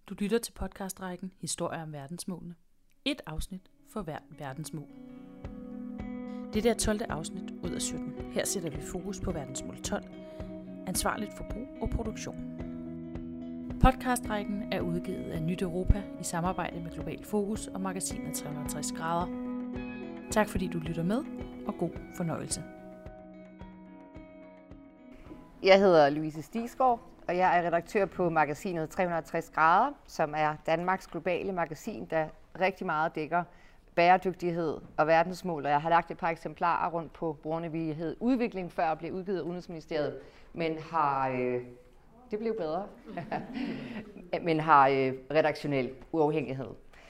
Du lytter til podcastrækken Historier om verdensmålene. Et afsnit for hvert verdensmål. Dette er 12. afsnit ud af 17. Her sætter vi fokus på verdensmål 12. Ansvarligt forbrug og produktion. Podcastrækken er udgivet af Nyt Europa i samarbejde med Global Fokus og magasinet 360 grader. Tak fordi du lytter med, og god fornøjelse. Jeg hedder Louise Stigsgaard, og jeg er redaktør på magasinet 360 grader, som er Danmarks globale magasin, der rigtig meget dækker bæredygtighed og verdensmål. Og jeg har lagt et par eksemplarer rundt på brugerne, vi hed Udvikling før og blev udgivet af Udenrigsministeriet, men har det blev bedre, men har redaktionel uafhængighed.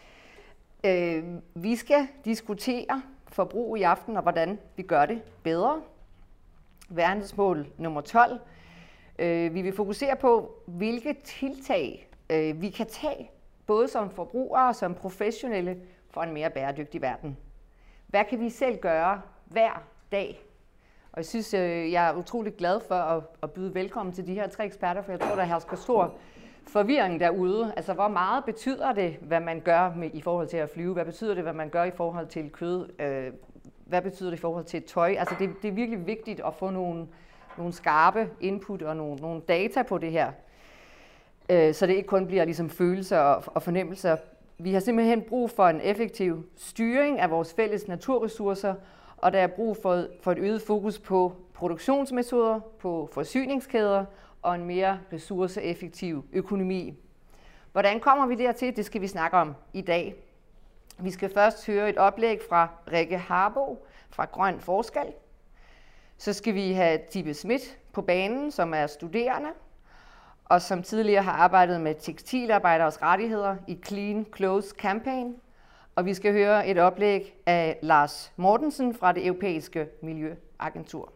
Vi skal diskutere forbrug i aften og hvordan vi gør det bedre. Verdensmål nummer 12. Vi vil fokusere på, hvilke tiltag vi kan tage, både som forbrugere og som professionelle, for en mere bæredygtig verden. Hvad kan vi selv gøre hver dag? Og jeg synes, jeg er utrolig glad for at byde velkommen til de her 3 eksperter, for jeg tror, der hersker stor forvirring derude. Altså, hvor meget betyder det, hvad man gør i forhold til at flyve? Hvad betyder det, hvad man gør i forhold til kød? Hvad betyder det i forhold til tøj? Altså, det er virkelig vigtigt at få nogle skarpe input og nogle data på det her, så det ikke kun bliver ligesom følelser og fornemmelser. Vi har simpelthen brug for en effektiv styring af vores fælles naturressourcer, og der er brug for et øget fokus på produktionsmetoder, på forsyningskæder og en mere ressourceeffektiv økonomi. Hvordan kommer vi dertil? Det skal vi snakke om i dag. Vi skal først høre et oplæg fra Rikke Harbo fra Grøn Forskel. Så skal vi have Tibbe Schmidt på banen, som er studerende, og som tidligere har arbejdet med tekstilarbejderes rettigheder i Clean Clothes Campaign. Og vi skal høre et oplæg af Lars Mortensen fra det europæiske miljøagentur.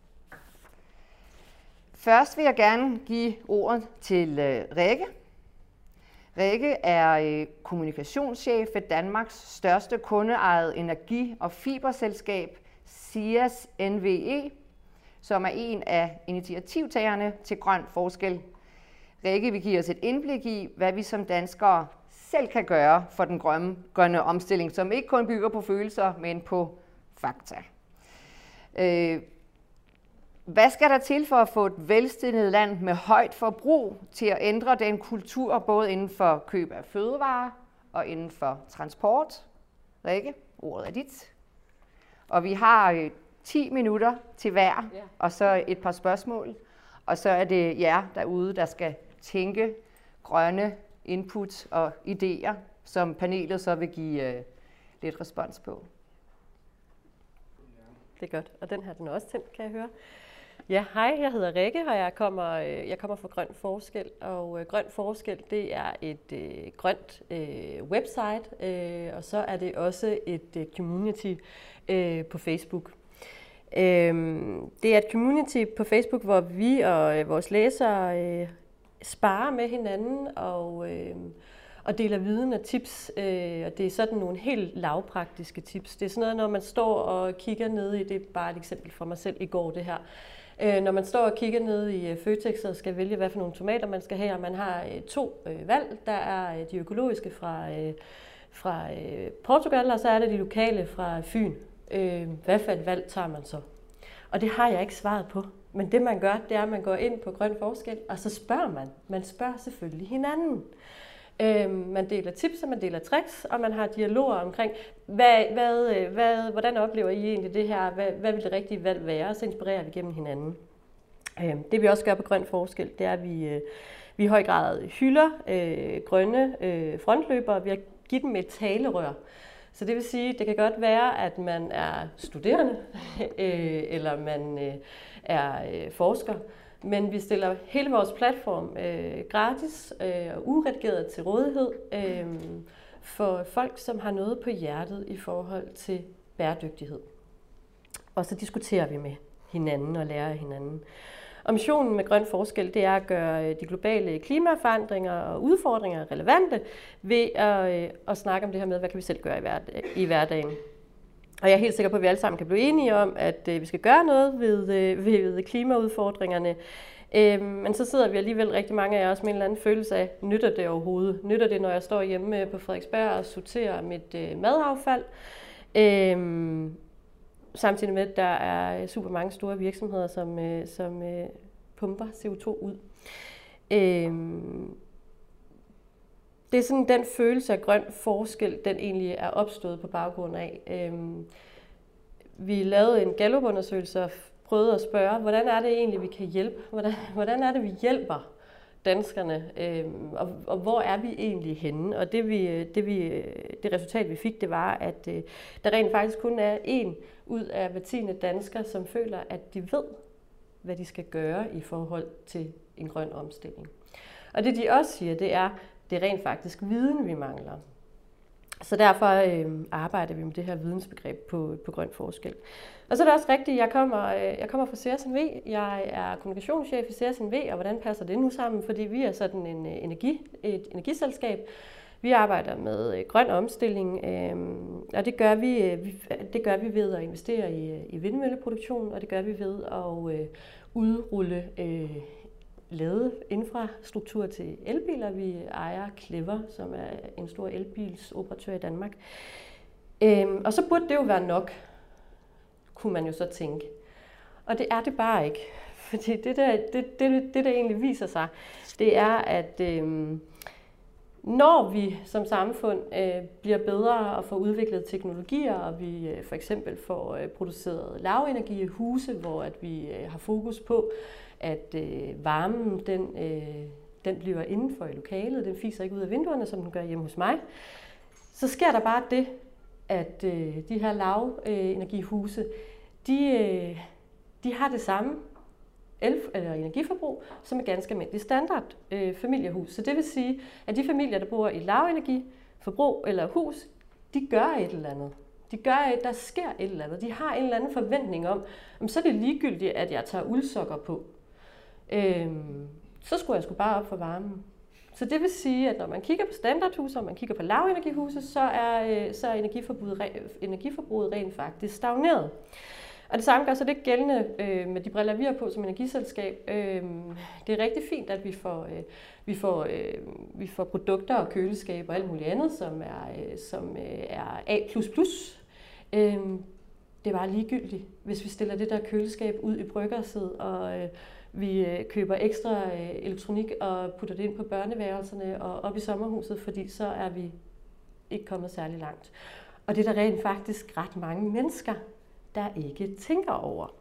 Først vil jeg gerne give ordet til Rikke. Rikke er kommunikationschef ved Danmarks største kundeejede energi- og fiberselskab, SIAS NVE, som er en af initiativtagerne til Grøn Forskel. Rikke vil give os et indblik i, hvad vi som danskere selv kan gøre for den grønne omstilling, som ikke kun bygger på følelser, men på fakta. Hvad skal der til for at få et velstillet land med højt forbrug til at ændre den kultur, både inden for køb af fødevarer og inden for transport? Rikke, ordet er dit. Og vi har 10 minutter til hver, og så et par spørgsmål. Og så er det jer derude, der skal tænke grønne input og idéer, som panelet så vil give lidt respons på. Det er godt, og den her den er også tændt, kan jeg høre. Ja, hej, jeg hedder Rikke, og jeg kommer fra Grøn Forskel, og Grøn Forskel, det er et grønt website, og så er det også et community på Facebook. Det er et community på Facebook, hvor vi og vores læsere sparer med hinanden og deler viden og tips. Og det er sådan nogle helt lavpraktiske tips. Det er sådan noget, når man står og kigger ned i, det er bare et eksempel fra mig selv i går det her. Når man står og kigger ned i Føtex og skal vælge, hvad for nogle tomater man skal have, og man har 2 valg. Der er de økologiske fra Portugal, og så er der de lokale fra Fyn. Hvad for et valg tager man så? Og det har jeg ikke svaret på. Men det man gør, det er, at man går ind på Grøn Forskel, og så spørger man. Man spørger selvfølgelig hinanden. Man deler tips, og man deler tricks, og man har dialoger omkring, hvordan oplever I egentlig det her? Hvad vil det rigtige valg være? Og så inspirerer vi gennem hinanden. Det vi også gør på Grøn Forskel, det er, at vi i høj grad hylder grønne frontløbere. Vi har givet dem et talerør. Så det vil sige, det kan godt være, at man er studerende, eller man er forsker, men vi stiller hele vores platform gratis og uredigeret til rådighed for folk, som har noget på hjertet i forhold til bæredygtighed. Og så diskuterer vi med hinanden og lærer af hinanden. Og missionen med Grøn Forskel, det er at gøre de globale klimaforandringer og udfordringer relevante ved at snakke om det her med, hvad kan vi selv gøre i hverdagen. Og jeg er helt sikker på, at vi alle sammen kan blive enige om, at vi skal gøre noget ved klimaudfordringerne. Men så sidder vi alligevel rigtig mange af os med en eller anden følelse af, nytter det overhovedet? Nytter det, når jeg står hjemme på Frederiksberg og sorterer mit madaffald? Samtidig med, at der er super mange store virksomheder, som pumper CO2 ud. Det er sådan den følelse af grøn forskel, den egentlig er opstået på baggrund af. Vi lavede en Gallup-undersøgelse og prøvede at spørge, hvordan er det egentlig, vi kan hjælpe? Hvordan er det, vi hjælper danskerne? Og hvor er vi egentlig henne? Og det resultat, vi fik, det var, at der rent faktisk kun er 1 ud af hver 10. dansker, som føler, at de ved, hvad de skal gøre i forhold til en grøn omstilling. Og det, de også siger, det er rent faktisk viden, vi mangler. Så derfor arbejder vi med det her vidensbegreb på grøn forskel. Og så er det også rigtigt, jeg kommer fra CSNV. Jeg er kommunikationschef i CSNV, og hvordan passer det nu sammen? Fordi vi er sådan et energiselskab. Vi arbejder med grøn omstilling, og det gør vi ved at investere i vindmølleproduktion, og det gør vi ved at udrulle ladeinfrastruktur til elbiler. Vi ejer Clever, som er en stor elbilsoperatør i Danmark. Og så burde det jo være nok, kunne man jo så tænke. Og det er det bare ikke. Fordi det der egentlig viser sig, det er, at når vi som samfund bliver bedre og får udviklet teknologier, og vi for eksempel får produceret lavenergihuse, hvor at vi har fokus på, at varmen den bliver indenfor i lokalet, den fiser ikke ud af vinduerne, som den gør hjemme hos mig, så sker der bare det, at de her lavenergihuse, de har det samme eller energiforbrug som et ganske almindeligt standard familiehus. Så det vil sige, at de familier, der bor i lavenergiforbrug eller hus, de gør et eller andet. Der sker et eller andet. De har en eller anden forventning om, så er det ligegyldigt, at jeg tager uldsokker på. Så skulle jeg sgu bare op for varmen. Så det vil sige, at når man kigger på standardhuse, og man kigger på lavenergihuse, så er energiforbruget rent faktisk stagneret. Og det samme gør så det gældende med de briller, vi har på som energiselskab. Det er rigtig fint, at vi får produkter og køleskaber og alt muligt andet, som er A++. Det er bare ligegyldigt, hvis vi stiller det der køleskab ud i bryggersædet, og vi køber ekstra elektronik og putter det ind på børneværelserne og op i sommerhuset, fordi så er vi ikke kommet særlig langt. Og det er der rent faktisk ret mange mennesker, der ikke tænker over.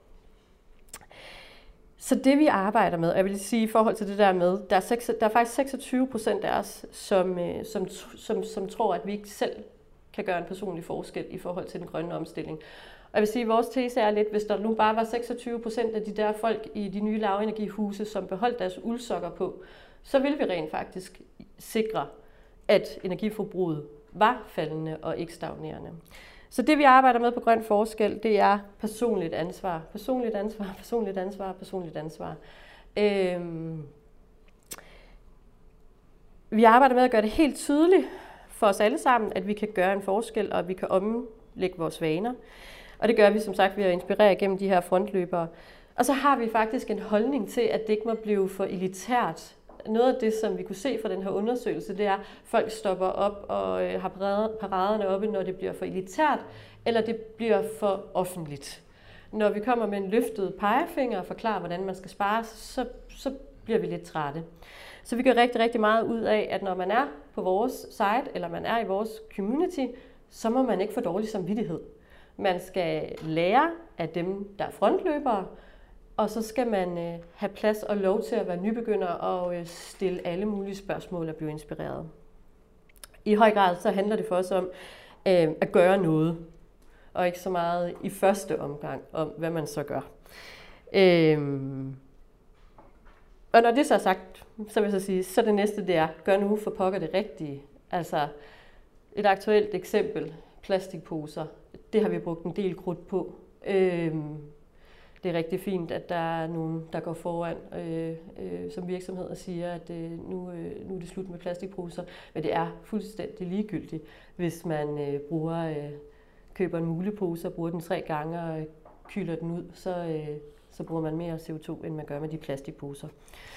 Så det vi arbejder med, jeg vil sige i forhold til det der med, der er faktisk 26% af os, som tror, at vi ikke selv kan gøre en personlig forskel i forhold til den grønne omstilling. Og jeg vil sige, at vores tese er lidt, hvis der nu bare var 26% af de der folk i de nye lavenergihuse, som beholdt deres uldsokker på, så ville vi rent faktisk sikre, at energiforbruget var faldende og ikke stagnerende. Så det vi arbejder med på grøn forskel, det er personligt ansvar. Personligt ansvar, personligt ansvar, personligt ansvar. Vi arbejder med at gøre det helt tydeligt for os alle sammen, at vi kan gøre en forskel, og at vi kan omlægge vores vaner. Og det gør vi som sagt ved at inspirere gennem de her frontløbere. Og så har vi faktisk en holdning til, at det ikke må blive for elitært. Noget af det, som vi kunne se fra den her undersøgelse, det er, at folk stopper op og har paraderne oppe, når det bliver for elitært, eller det bliver for offentligt. Når vi kommer med en løftet pegefinger og forklarer, hvordan man skal spare, så bliver vi lidt trætte. Så vi gør rigtig, rigtig meget ud af, at når man er på vores site, eller man er i vores community, så må man ikke få dårlig samvittighed. Man skal lære af dem, der er frontløbere, og så skal man have plads og lov til at være nybegynder og stille alle mulige spørgsmål og blive inspireret. I høj grad så handler det for os om at gøre noget, og ikke så meget i første omgang om, hvad man så gør. Og når det så er sagt, så vil jeg så sige, så det næste det er, gør nu for pokker det rigtige. Altså et aktuelt eksempel, plastikposer, det har vi brugt en del krudt på. Det er rigtig fint, at der er nogen, der går foran som virksomhed og siger, at nu er det slut med plastikposer. Men det er fuldstændig ligegyldigt, hvis man køber en mulepose og bruger den 3 gange og kyler den ud, så bruger man mere CO2, end man gør med de plastikposer.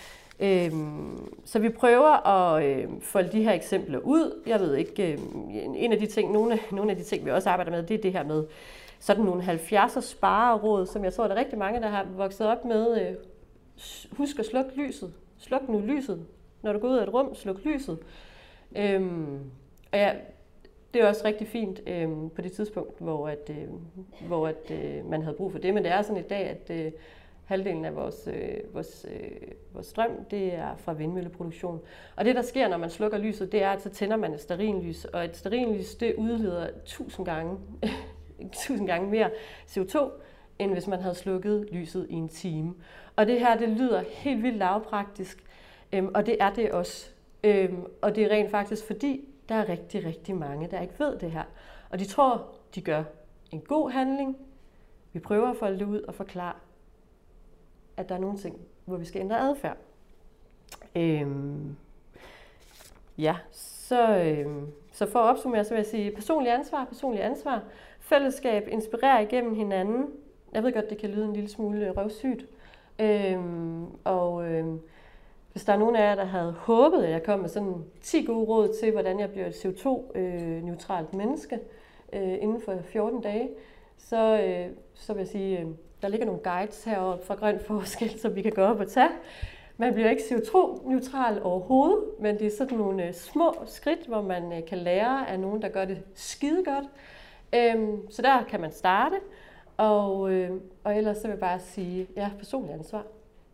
Så vi prøver at folde de her eksempler ud. Jeg ved ikke, en af de ting, nogle af de ting, vi også arbejder med, det er det her med sådan nogle 70'er spareråd, som jeg tror, der er rigtig mange, der har vokset op med. Husk at slukke lyset. Sluk nu lyset. Når du går ud af et rum, sluk lyset. Og ja, det er også rigtig fint på det tidspunkt, hvor man havde brug for det. Men det er sådan i dag, at halvdelen af vores strøm, det er fra vindmølleproduktion. Og det, der sker, når man slukker lyset, det er, at så tænder man et stearinlys. Og et stearinlys, det udleder 1000 gange mere CO2, end hvis man havde slukket lyset i en time. Og det her, det lyder helt vildt lavpraktisk, og det er det også. Og det er rent faktisk fordi, der er rigtig, rigtig mange, der ikke ved det her. Og de tror, de gør en god handling. Vi prøver at folde det ud og forklare, at der er nogle ting, hvor vi skal ændre adfærd. Så for at opsummere, så vil jeg sige personlig ansvar, fællesskab, inspirere igennem hinanden. Jeg ved godt, det kan lyde en lille smule røvsygt. Hvis der er nogen af jer, der havde håbet, at jeg kom med sådan 10 gode råd til, hvordan jeg bliver et CO2-neutralt menneske inden for 14 dage, så vil jeg sige, der ligger nogle guides heroppe fra Grøn Forskel, som vi kan gå op og tage. Man bliver ikke CO2-neutral overhovedet, men det er sådan nogle små skridt, hvor man kan lære af nogen, der gør det skide godt. Så der kan man starte, og ellers så vil jeg bare sige, ja, personlig ansvar.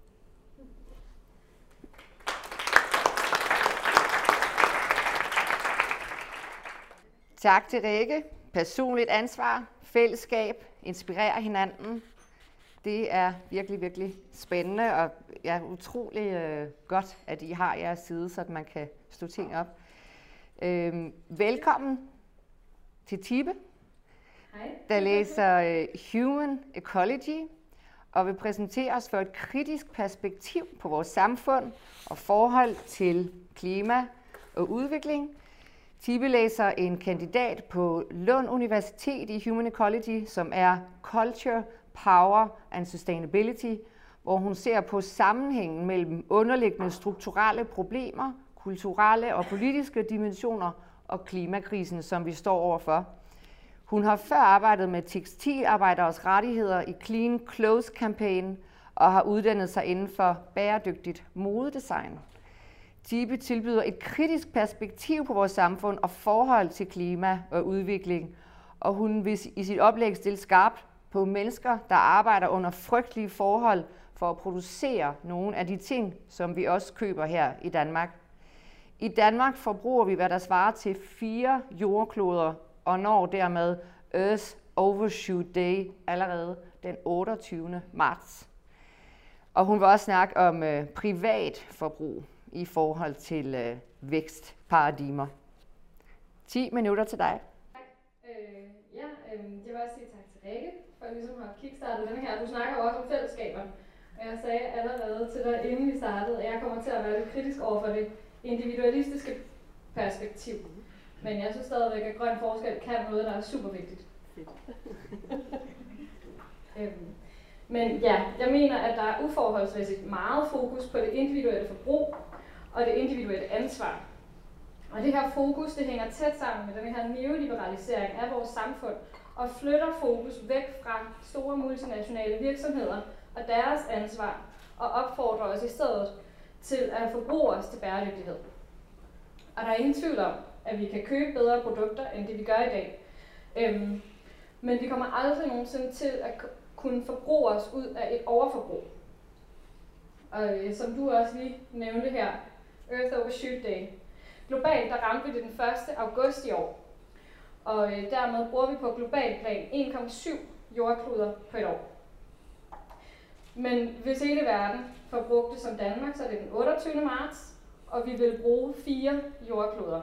Tak til Rikke. Personligt ansvar, fællesskab, inspirere hinanden. Det er virkelig, virkelig spændende, og ja, utrolig godt, at I har jeres side, så at man kan stå ting op. Velkommen til Tibe, der læser Human Ecology og vil præsentere os for et kritisk perspektiv på vores samfund og forhold til klima og udvikling. Tibe læser en kandidat på Lund Universitet i Human Ecology, som er Culture, Power and Sustainability, hvor hun ser på sammenhængen mellem underliggende strukturelle problemer, kulturelle og politiske dimensioner og klimakrisen, som vi står overfor. Hun har før arbejdet med tekstilarbejderes rettigheder i Clean Clothes Campaign og har uddannet sig inden for bæredygtigt modedesign. Tibe tilbyder et kritisk perspektiv på vores samfund og forhold til klima og udvikling, og hun vil i sit oplæg stille skarpt på mennesker, der arbejder under frygtelige forhold for at producere nogle af de ting, som vi også køber her i Danmark. I Danmark forbruger vi, hvad der svarer til 4 jordkloder, og når dermed Earth Overshoot Day allerede den 28. marts. Og hun vil også snakke om privat forbrug i forhold til vækstparadigmer. 10 minutter til dig. Tak. Jeg vil også sige tak til Rikke, for ligesom at have kickstartet den her. Du snakker jo også om fællesskaber. Og jeg sagde allerede til dig, inden vi startede, at jeg kommer til at være lidt kritisk over for det individualistiske perspektiv. Men jeg synes stadigvæk, at Grøn Forskel kan noget, der er super vigtigt. Men ja, jeg mener, at der er uforholdsmæssigt meget fokus på det individuelle forbrug og det individuelle ansvar. Og det her fokus, det hænger tæt sammen med den her neoliberalisering af vores samfund og flytter fokus væk fra store multinationale virksomheder og deres ansvar og opfordrer os i stedet til at forbruge os til bæredygtighed. Og der er ingen tvivl om, at vi kan købe bedre produkter, end det vi gør i dag. Men vi kommer aldrig nogensinde til at kunne forbruge os ud af et overforbrug. Og som du også lige nævnte her, Earth Overshoot Day. Globalt der ramte vi det den 1. august i år. Og dermed bruger vi på global plan 1,7 jordkloder på et år. Men hvis hele verden forbrugte som Danmark, så er det den 28. marts, og vi vil bruge 4 jordkloder.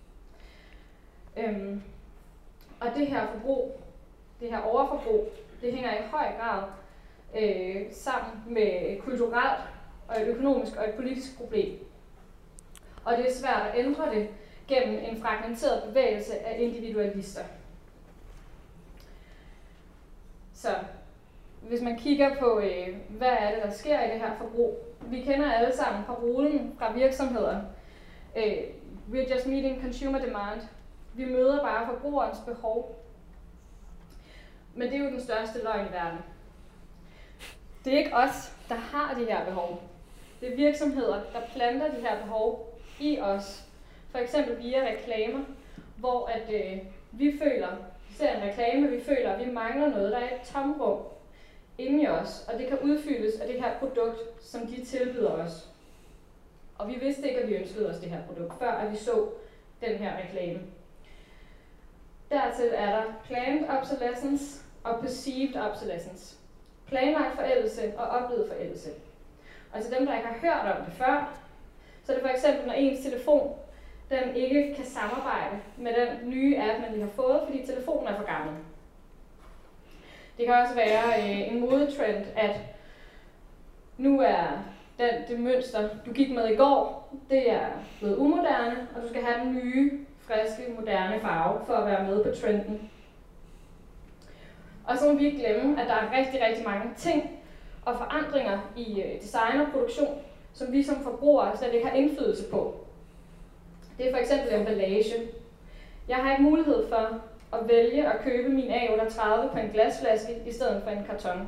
Og det her forbrug, det her overforbrug, det hænger i høj grad sammen med kulturelt og et økonomisk og et politisk problem. Og det er svært at ændre det gennem en fragmenteret bevægelse af individualister. Så hvis man kigger på, hvad er det, der sker i det her forbrug. Vi kender alle sammen parolen fra virksomheder. We're just meeting consumer demand. Vi møder bare forbrugerens behov. Men det er jo den største løgn i verden. Det er ikke os, der har de her behov. Det er virksomheder, der planter de her behov i os. For eksempel via reklamer, hvor vi ser en reklame, vi føler, at vi mangler noget. Der er et tomrum inde i os, og det kan udfyldes af det her produkt, som de tilbyder os. Og vi vidste ikke, at vi ønskede os det her produkt, før at vi så den her reklame. Dertil er der planned obsolescence og perceived obsolescence. Planlagt forældelse og oplevet forældelse. Og til dem, der ikke har hørt om det før, så er det for eksempel, når ens telefon den ikke kan samarbejde med den nye app, man lige har fået, fordi telefonen er for gammel. Det kan også være en modetrend, at nu er det mønster, du gik med i går, det er blevet umoderne, og du skal have den nye, friske, moderne farve for at være med på trenden. Og så må vi ikke glemme, at der er rigtig, rigtig mange ting og forandringer i design og produktion, som vi som forbrugere slet ikke har indflydelse på. Det er for eksempel emballage. Jeg har ikke mulighed for at vælge at købe min A38 på en glasflaske i stedet for en karton.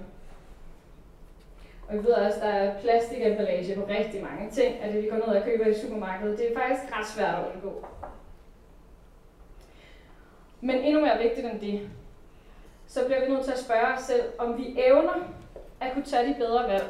Og vi ved også, at der er plastikemballage på rigtig mange ting, af det vi går ned og køber i supermarkedet. Det er faktisk ret svært at undgå. Men endnu mere vigtigt end det, så bliver vi nødt til at spørge os selv, om vi evner at kunne tage de bedre valg.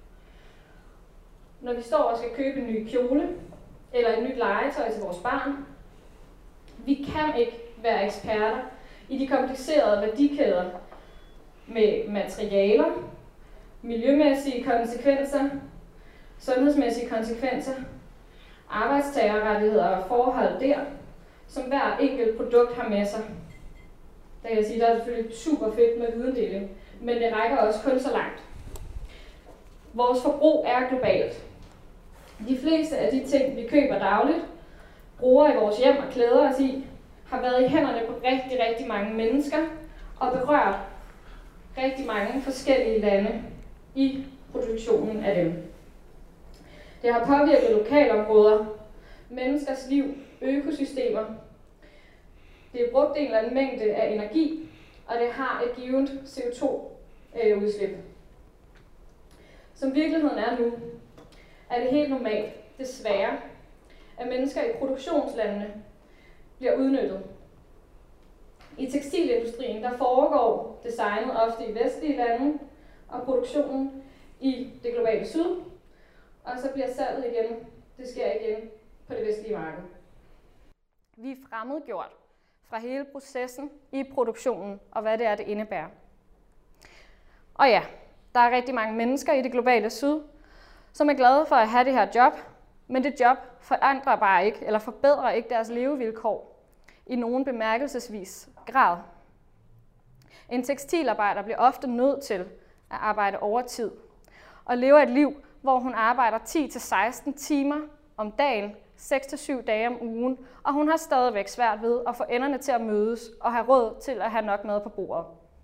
Når vi står og skal købe en ny kjole, eller et nyt legetøj til vores barn, vi kan ikke være eksperter i de komplicerede værdikæder med materialer, miljømæssige konsekvenser, sundhedsmæssige konsekvenser, arbejdstagerrettigheder og forhold der, som hver enkelt produkt har med sig. Der kan jeg sige, der er selvfølgelig super fedt med videndeling, men det rækker også kun så langt. Vores forbrug er globalt. De fleste af de ting, vi køber dagligt, bruger i vores hjem og klæder os i, har været i hænderne på rigtig, rigtig mange mennesker og berørt rigtig mange forskellige lande i produktionen af dem. Det har påvirket lokalområder, menneskers liv, økosystemer. Det er brugt en eller anden mængde af energi, og det har et givet CO2-udslip. Som virkeligheden er nu, er det helt normalt, desværre, at mennesker i produktionslandene bliver udnyttet. I tekstilindustrien der foregår designet ofte i vestlige lande, og produktionen i det globale syd, og så bliver salget igen, det sker igen på det vestlige marked. Vi er fremmedgjort fra hele processen i produktionen, og hvad det er, det indebærer. Og ja, der er rigtig mange mennesker i det globale syd, som er glade for at have det her job, men det job forandrer bare ikke, eller forbedrer ikke deres levevilkår i nogen bemærkelsesvis grad. En tekstilarbejder bliver ofte nødt til at arbejde overtid, og lever et liv, hvor hun arbejder 10-16 timer om dagen, 6-7 dage om ugen, og hun har stadigvæk svært ved at få enderne til at mødes og have råd til at have nok mad på bordet.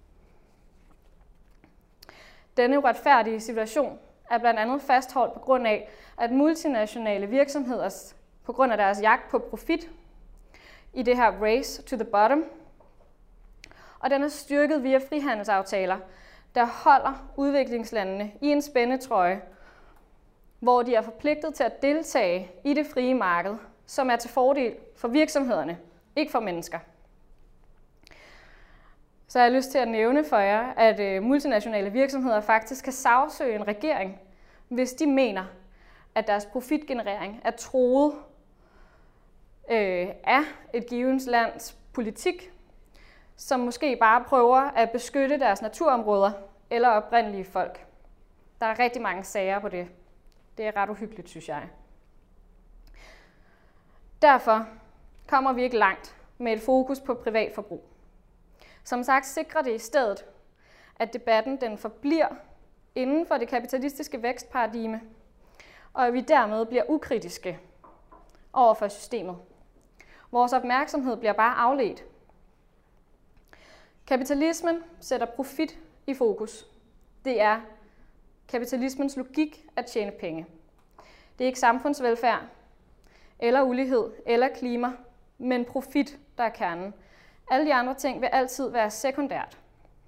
Denne uretfærdige situation er blandt andet fastholdt på grund af, at multinationale virksomheder på grund af deres jagt på profit i det her race to the bottom, og den er styrket via frihandelsaftaler, der holder udviklingslandene i en spændetrøje, hvor de er forpligtet til at deltage i det frie marked, som er til fordel for virksomhederne, ikke for mennesker. Så jeg har lyst til at nævne for jer, at multinationale virksomheder faktisk kan sagsøge en regering, hvis de mener, at deres profitgenerering er truet af et givet lands politik, som måske bare prøver at beskytte deres naturområder eller oprindelige folk. Der er rigtig mange sager på det. Det er ret uhyggeligt, synes jeg. Derfor kommer vi ikke langt med et fokus på privatforbrug. Som sagt sikrer det i stedet, at debatten den forbliver inden for det kapitalistiske vækstparadigme, og at vi dermed bliver ukritiske over for systemet. Vores opmærksomhed bliver bare afledt. Kapitalismen sætter profit i fokus. Det er kapitalismens logik at tjene penge. Det er ikke samfundsvelfærd, eller ulighed, eller klima, men profit, der er kernen. Alle de andre ting vil altid være sekundært.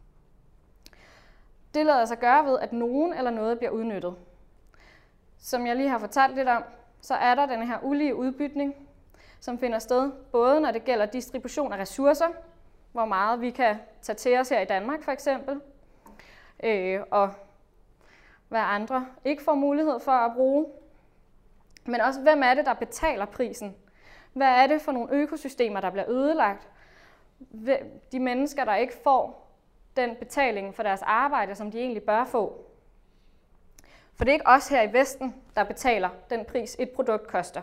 Det lader sig gøre ved, at nogen eller noget bliver udnyttet. Som jeg lige har fortalt lidt om, så er der den her ulige udbytning, som finder sted, både når det gælder distribution af ressourcer, hvor meget vi kan tage til os her i Danmark for eksempel, og hvad andre ikke får mulighed for at bruge. Men også, hvem er det, der betaler prisen? Hvad er det for nogle økosystemer, der bliver ødelagt? De mennesker, der ikke får den betaling for deres arbejde, som de egentlig bør få. For det er ikke os her i Vesten, der betaler den pris, et produkt koster.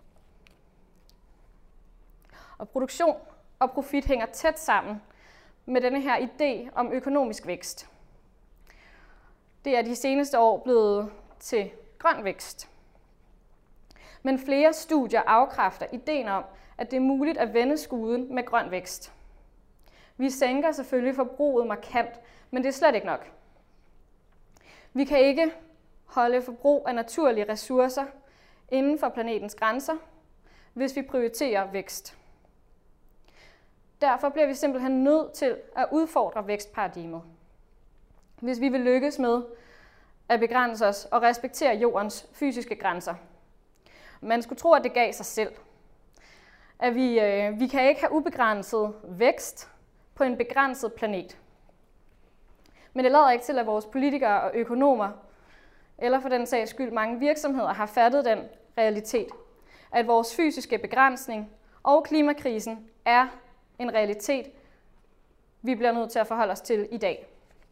Og produktion og profit hænger tæt sammen med denne her idé om økonomisk vækst. Det er de seneste år blevet til grøn vækst. Men flere studier afkræfter ideen om, at det er muligt at vende skuden med grøn vækst. Vi sænker selvfølgelig forbruget markant, men det er slet ikke nok. Vi kan ikke holde forbrug af naturlige ressourcer inden for planetens grænser, hvis vi prioriterer vækst. Derfor bliver vi simpelthen nødt til at udfordre vækstparadigmet, hvis vi vil lykkes med at begrænse os og respektere jordens fysiske grænser. Man skulle tro, at det gav sig selv. At vi kan ikke have ubegrænset vækst på en begrænset planet. Men det lader ikke til, at vores politikere og økonomer, eller for den sags skyld mange virksomheder, har fattet den realitet, at vores fysiske begrænsning og klimakrisen er en realitet, vi bliver nødt til at forholde os til i dag.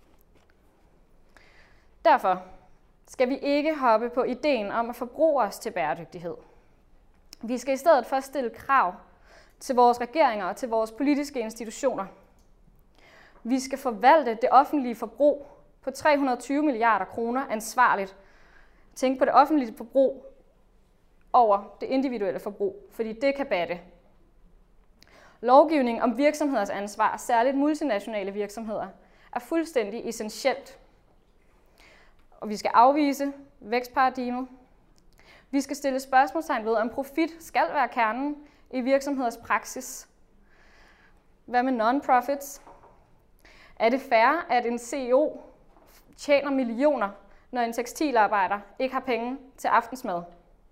Derfor skal vi ikke hoppe på ideen om at forbruge os til bæredygtighed. Vi skal i stedet for stille krav til vores regeringer og til vores politiske institutioner. Vi skal forvalte det offentlige forbrug på 320 milliarder kroner ansvarligt. Tænk på det offentlige forbrug over det individuelle forbrug, fordi det kan batte. Lovgivning om virksomheders ansvar, særligt multinationale virksomheder, er fuldstændig essentielt. Og vi skal afvise vækstparadigmet. Vi skal stille spørgsmålstegn ved, om profit skal være kernen i virksomheders praksis. Hvad med non-profits? Er det fair, at en CEO tjener millioner, når en tekstilarbejder ikke har penge til aftensmad?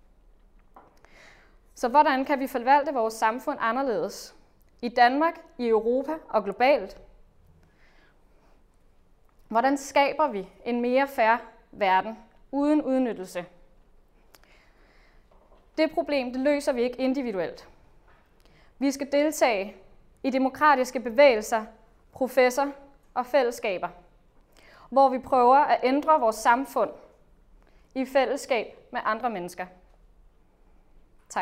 Så hvordan kan vi forvalte vores samfund anderledes? I Danmark, i Europa og globalt? Hvordan skaber vi en mere fair verden uden udnyttelse? Det problem det løser vi ikke individuelt. Vi skal deltage i demokratiske bevægelser, professer og fællesskaber, hvor vi prøver at ændre vores samfund i fællesskab med andre mennesker. Tak.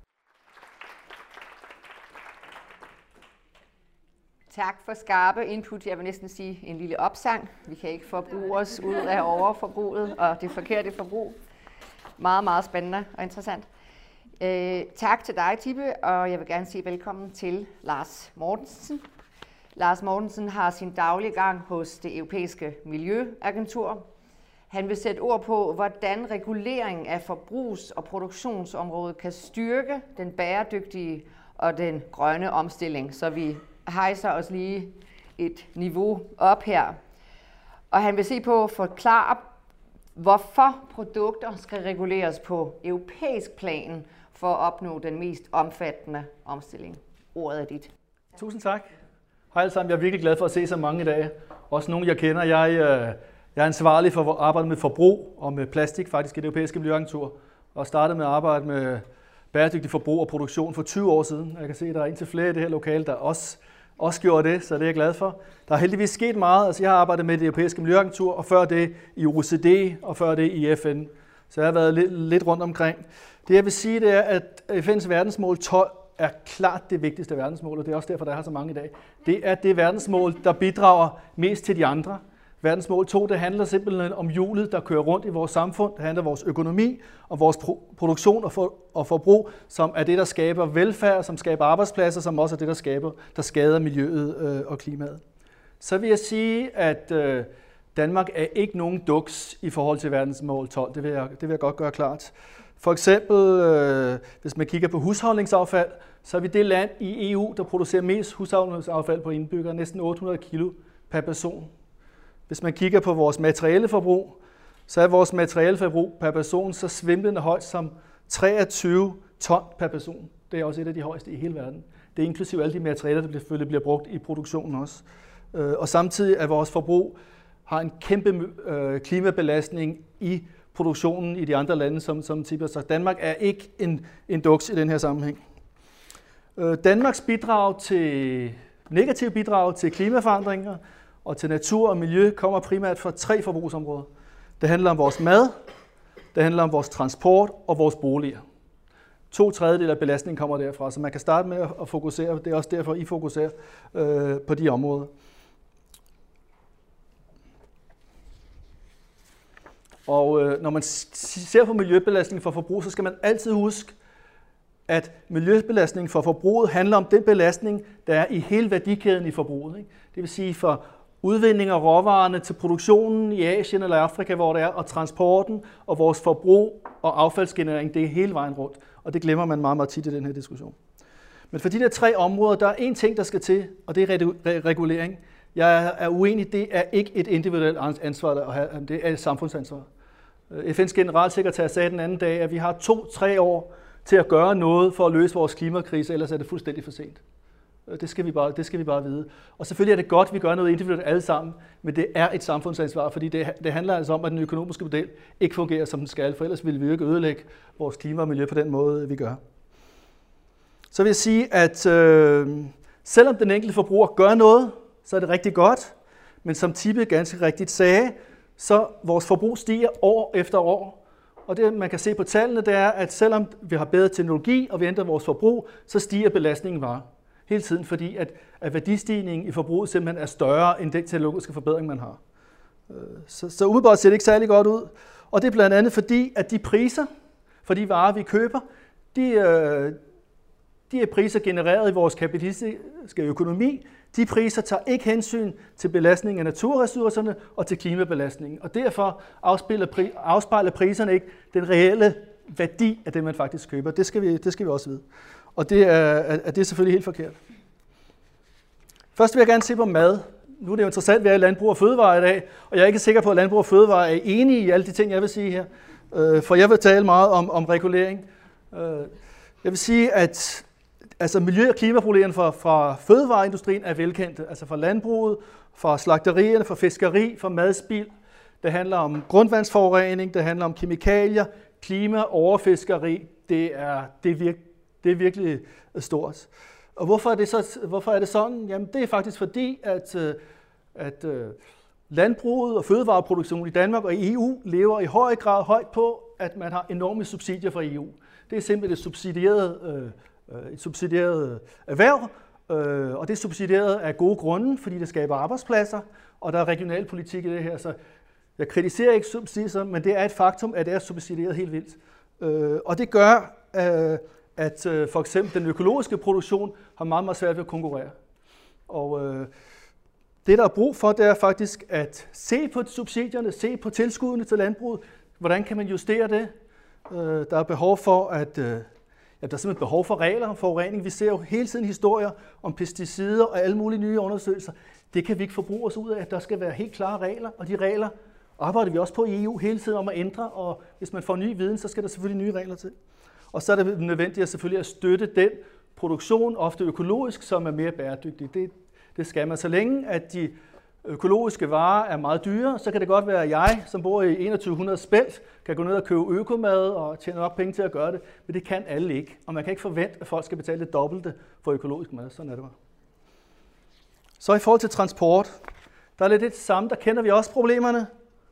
Tak for skarpe input. Jeg vil næsten sige en lille opsang. Vi kan ikke forbruge os ud af overforbruget og det forkerte forbrug. Meget, meget spændende og interessant. Tak til dig, Tippe, og jeg vil gerne sige velkommen til Lars Mortensen. Lars Mortensen har sin daglige gang hos det europæiske miljøagentur. Han vil sætte ord på, hvordan regulering af forbrugs- og produktionsområdet kan styrke den bæredygtige og den grønne omstilling, så vi hejser os lige et niveau op her. Og han vil se på at forklare, hvorfor produkter skal reguleres på europæisk plan for at opnå den mest omfattende omstilling. Ordet er dit. Tusind tak. Hej alle sammen. Jeg er virkelig glad for at se så mange i dag. Også nogle, jeg kender. Jeg er ansvarlig for at arbejde med forbrug og med plastik faktisk i det europæiske miljøagentur. Og startede med at arbejde med bæredygtig forbrug og produktion for 20 år siden. Jeg kan se, at der er indtil flere i det her lokale, der også gjorde det, så det er jeg glad for. Der er heldigvis sket meget. Altså, jeg har arbejdet med det europæiske miljøagentur, og før det i OECD, og før det i FN. Så jeg har været lidt rundt omkring. Det jeg vil sige, det er, at FN's verdensmål 12 er klart det vigtigste verdensmål, og det er også derfor, der er så mange i dag. Det er det verdensmål, der bidrager mest til de andre. Verdensmål 2, det handler simpelthen om hjulet, der kører rundt i vores samfund. Det handler om vores økonomi og vores produktion og forbrug, som er det, der skaber velfærd, som skaber arbejdspladser, som også er det, der skader miljøet og klimaet. Så vil jeg sige, at Danmark er ikke nogen duks i forhold til verdensmål 12. Det vil jeg godt gøre klart. For eksempel, hvis man kigger på husholdningsaffald, så er vi det land i EU, der producerer mest husholdningsaffald på indbyggere, næsten 800 kilo per person. Hvis man kigger på vores materialeforbrug, så er vores materialeforbrug per person så svimlende højt som 23 ton per person. Det er også et af de højeste i hele verden. Det er inklusive alle de materialer, der selvfølgelig bliver brugt i produktionen også. Og samtidig er vores forbrug har en kæmpe klimabelastning i produktionen i de andre lande, som Tibia sagt. Danmark er ikke en duks i den her sammenhæng. Danmarks negative bidrag til klimaforandringer og til natur og miljø kommer primært fra 3 forbrugsområder. Det handler om vores mad, det handler om vores transport og vores boliger. 2/3 af belastningen kommer derfra, så man kan starte med at fokusere. Det er også derfor, I fokuserer på de områder. Og når man ser på miljøbelastning for forbrug, så skal man altid huske, at miljøbelastning for forbruget handler om den belastning, der er i hele værdikæden i forbruget. Ikke? Det vil sige fra udvinding af råvarerne til produktionen i Asien eller Afrika, hvor det er, og transporten og vores forbrug og affaldsgenerering, det er hele vejen rundt. Og det glemmer man meget, meget tit i den her diskussion. Men for de der 3 områder, der er én ting, der skal til, og det er regulering. Jeg er uenig, det er ikke et individuelt ansvar at have, det er et samfundsansvar. FN's generalsekretær sagde den anden dag, at vi har 2-3 år til at gøre noget for at løse vores klimakrise, ellers er det fuldstændig for sent. Det skal vi bare vide. Og selvfølgelig er det godt, at vi gør noget individuelt alle sammen, men det er et samfundsansvar, fordi det handler altså om, at den økonomiske model ikke fungerer, som den skal, for ellers ville vi jo ikke ødelægge vores klima og miljø på den måde, vi gør. Så vil jeg sige, at selvom den enkelte forbruger gør noget, så er det rigtig godt, men som Tippe ganske rigtigt sagde, så vores forbrug stiger år efter år. Og det, man kan se på tallene, det er, at selvom vi har bedre teknologi, og vi ændrer vores forbrug, så stiger belastningen bare hele tiden, fordi at værdistigningen i forbruget simpelthen er større end den teknologiske forbedring, man har. Så umiddelbart ser det ikke særlig godt ud. Og det er blandt andet fordi, at de priser for de varer, vi køber, de er priser genereret i vores kapitalistiske økonomi. De priser tager ikke hensyn til belastningen af naturressourcerne og til klimabelastningen. Og derfor afspejler priserne ikke den reelle værdi af det, man faktisk køber. Det skal vi også vide. Og det er selvfølgelig helt forkert. Først vil jeg gerne se på mad. Nu er det jo interessant, at vi er i Landbrug og Fødevare i dag, og jeg er ikke sikker på, at Landbrug og Fødevare er enige i alle de ting, jeg vil sige her. For jeg vil tale meget om regulering. Jeg vil sige, at miljø- og klimaproblemerne fra fødevareindustrien er velkendte. Altså fra landbruget, fra slagterierne, fra fiskeri, fra madspild. Det handler om grundvandsforurening, det handler om kemikalier, klima, overfiskeri. Det er virkelig stort. Og hvorfor er det sådan? Jamen, det er faktisk fordi, at landbruget og fødevareproduktionen i Danmark og i EU lever i høj grad højt på, at man har enorme subsidier fra EU. Det er simpelthen et subsidieret erhverv, og det er subsidieret af gode grunde, fordi det skaber arbejdspladser, og der er regionalpolitik i det her. Så jeg kritiserer ikke subsidier, men det er et faktum, at det er subsidieret helt vildt. Og det gør, at for eksempel den økologiske produktion har meget, meget svært ved at konkurrere. Og det, der er brug for, det er faktisk at se på subsidierne, se på tilskuddene til landbruget. Hvordan kan man justere det? Der er behov for der er simpelthen behov for regler om forurening. Vi ser jo hele tiden historier om pesticider og alle mulige nye undersøgelser. Det kan vi ikke forbruge os ud af. Der skal være helt klare regler, og de regler arbejder vi også på i EU hele tiden om at ændre. Og hvis man får ny viden, så skal der selvfølgelig nye regler til. Og så er det nødvendigt selvfølgelig at støtte den produktion, ofte økologisk, som er mere bæredygtig. Det skal man. Så længe at de økologiske varer er meget dyre, så kan det godt være, at jeg, som bor i 2100 Spelt, kan gå ned og købe økomad og tjene nok penge til at gøre det, men det kan alle ikke. Og man kan ikke forvente, at folk skal betale det dobbelte for økologisk mad. Sådan er det bare. Så i forhold til transport, der er lidt det samme. Der kender vi også problemerne.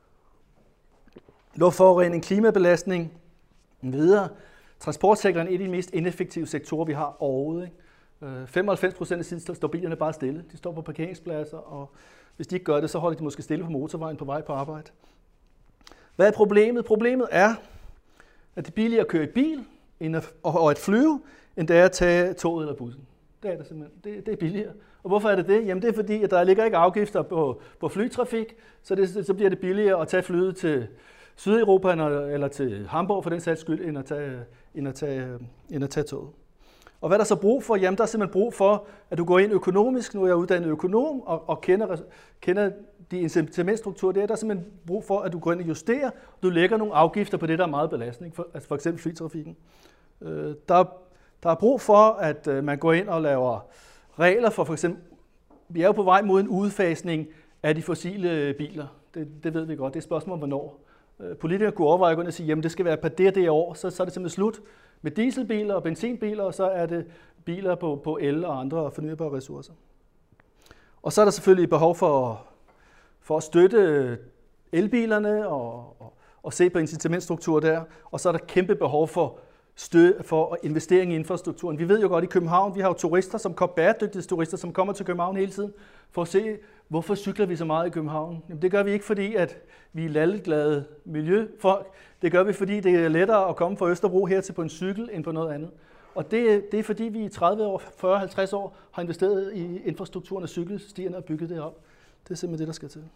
Luftforurening, klimabelastning videre. Transportsektoren er en af de mest ineffektive sektorer, vi har overhovedet. 95% af tiden står bilerne bare stille. De står på parkeringspladser, og hvis de ikke gør det, så holder de måske stille på motorvejen på vej på arbejde. Hvad er problemet? Problemet er, at det er billigere at køre i bil og at flyve, end det er at tage toget eller bussen. Det er det simpelthen. Det er billigere. Og hvorfor er det det? Jamen det er fordi, at der ligger ikke afgifter på flytrafik, så bliver det billigere at tage flyet til Sydeuropa eller til Hamburg for den sags skyld, end at tage toget. Og hvad er der så brug for? Jamen der er simpelthen brug for, at du går ind økonomisk. Nu er jeg uddannet økonom og kender de incitamentstrukturer. Der er simpelthen brug for, at du går ind og justerer, og du lægger nogle afgifter på det, der er meget belastning, altså for eksempel flytrafikken. Der er brug for, at man går ind og laver regler for eksempel, vi er jo på vej mod en udfasning af de fossile biler. Det ved vi godt. Det er et spørgsmål om hvornår. Politikere kunne overveje at gå ind og sige, jamen det skal være per det år, så er det simpelthen slut med dieselbiler og benzinbiler, og så er det biler på el og andre fornybare ressourcer. Og så er der selvfølgelig behov for at støtte elbilerne og se på incitamentstruktur der, og så er der kæmpe behov for investering i infrastrukturen. Vi ved jo godt i København, vi har jo turister, bæredygtighedsturister, som kommer til København hele tiden for at se, hvorfor cykler vi så meget i København. Jamen, det gør vi ikke, fordi at vi er lalleglade miljøfolk. Det gør vi, fordi det er lettere at komme fra Østerbro hertil på en cykel end på noget andet. Og det er fordi, vi i 30 år, 40, 50 år har investeret i infrastrukturen af cykelstierne og bygget det op. Det er simpelthen det, der skal til.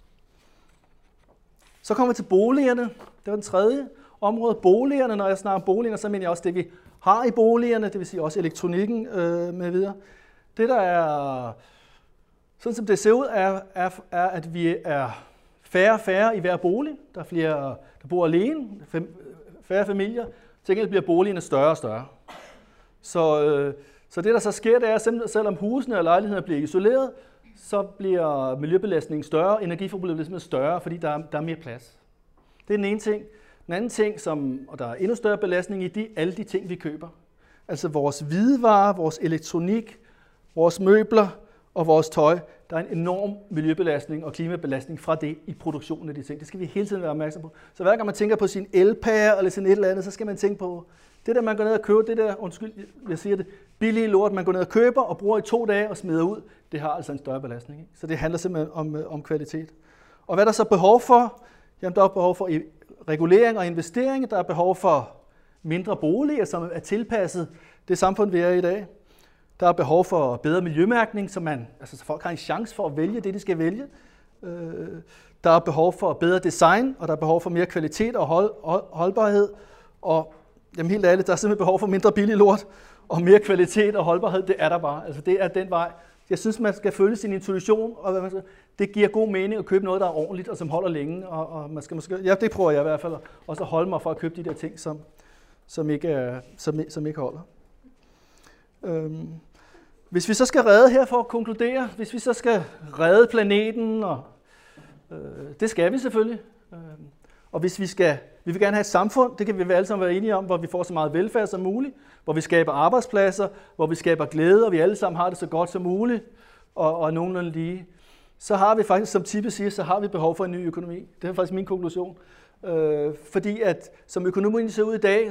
Så kommer vi til boligerne. Det var den tredje område. Boligerne, når jeg snakker om boligerne, så mener jeg også det, vi har i boligerne, det vil sige også elektronikken med videre. Det, der er, sådan som det ser ud, er at vi er færre og færre i hver bolig. Der er flere, der bor alene, færre familier. Til gengæld bliver boligerne større og større. Så det, der så sker, det er, at selvom husene og lejlighederne bliver isoleret, så bliver miljøbelastningen større, energiforbruget bliver simpelthen større, fordi der er mere plads. Det er den ene ting. Den anden ting, og der er endnu større belastning i alle de ting, vi køber. Altså vores hvidevarer, vores elektronik, vores møbler og vores tøj. Der er en enorm miljøbelastning og klimabelastning fra det i produktionen af de ting. Det skal vi hele tiden være opmærksom på. Så hver gang man tænker på sin elpære eller sin et eller andet, så skal man tænke på det der, man går ned og køber, det der, jeg siger det, billige lort, man går ned og køber og bruger i 2 dage og smider ud, det har altså en større belastning. Ikke? Så det handler simpelthen om kvalitet. Og hvad er der så behov for? Jamen, der er behov for regulering og investering. Der er behov for mindre boliger, som er tilpasset det samfund, vi er i i dag. Der er behov for bedre miljømærkning, så folk har en chance for at vælge det, de skal vælge. Der er behov for bedre design, og der er behov for mere kvalitet og holdbarhed. Og jamen, helt ærligt, der er simpelthen behov for mindre billig lort og mere kvalitet og holdbarhed. Det er der bare. Altså, det er den vej. Jeg synes, man skal følge sin intuition, og det giver god mening at købe noget, der er ordentligt og som holder længe. Og man skal måske, ja, det prøver jeg i hvert fald, også at holde mig for at købe de der ting, som ikke holder. Hvis vi så skal redde her for at konkludere, hvis vi så skal redde planeten, og det skal vi selvfølgelig. Og hvis vi vil gerne have et samfund, det kan vi alle sammen være enige om, hvor vi får så meget velfærd som muligt, hvor vi skaber arbejdspladser, hvor vi skaber glæde, og vi alle sammen har det så godt som muligt, og nogenlunde lige. Så har vi faktisk, som Tippe siger, så har vi behov for en ny økonomi. Det er faktisk min konklusion. Fordi at som økonomien ser ud i dag,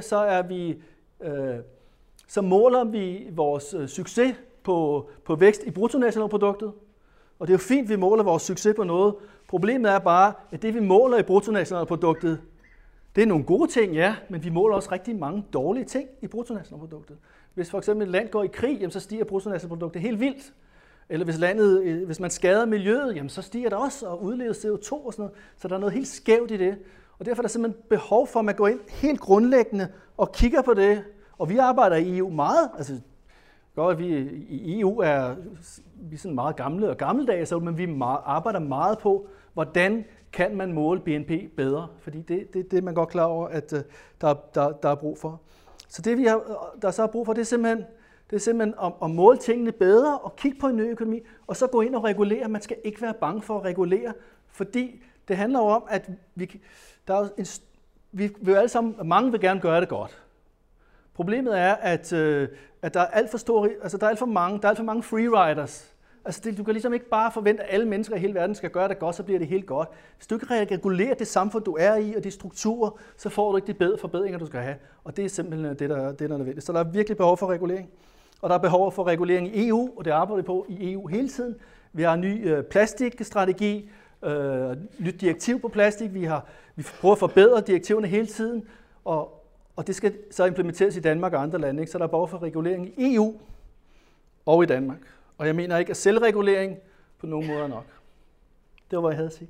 så måler vi vores succes på vækst i bruttonationalproduktet. Og det er jo fint, at vi måler vores succes på noget. Problemet er bare, at det vi måler i bruttonationalproduktet, det er nogle gode ting, ja, men vi måler også rigtig mange dårlige ting i bruttonationalproduktet. Hvis for eksempel et land går i krig, jamen, så stiger bruttonationalproduktet helt vildt. Eller hvis man skader miljøet, jamen, så stiger det også og udleder CO2 og sådan noget. Så der er noget helt skævt i det. Og derfor er der simpelthen behov for, at man går ind helt grundlæggende og kigger på det. Og vi arbejder i EU meget. Altså, godt, at vi i EU vi er sådan meget gamle og gammeldags, men vi arbejder meget på, hvordan kan man måle BNP bedre. Fordi det er man godt klar over, at der er brug for. Så det, der så er brug for, det er simpelthen at måle tingene bedre og kigge på en ny økonomi, og så gå ind og regulere. Man skal ikke være bange for at regulere, fordi det handler jo om, at mange vil gerne gøre det godt. Problemet er, at der er alt for mange freeriders. Altså du kan ligesom ikke bare forvente, at alle mennesker i hele verden skal gøre det godt, så bliver det helt godt. Hvis du ikke regulerer det samfund, du er i, og de strukturer, så får du ikke de forbedringer, du skal have. Og det er simpelthen det, der er nødvendigt. Så der er virkelig behov for regulering. Og der er behov for regulering i EU, og det arbejder vi på i EU hele tiden. Vi har en ny plastikstrategi, nyt direktiv på plastik. Vi prøver at forbedre direktiverne hele tiden, og det skal så implementeres i Danmark og andre lande. Ikke? Så der er behov for regulering i EU. og i Danmark. Og jeg mener ikke, at selvregulering på nogen måde er nok. Det var, hvad jeg havde at sige.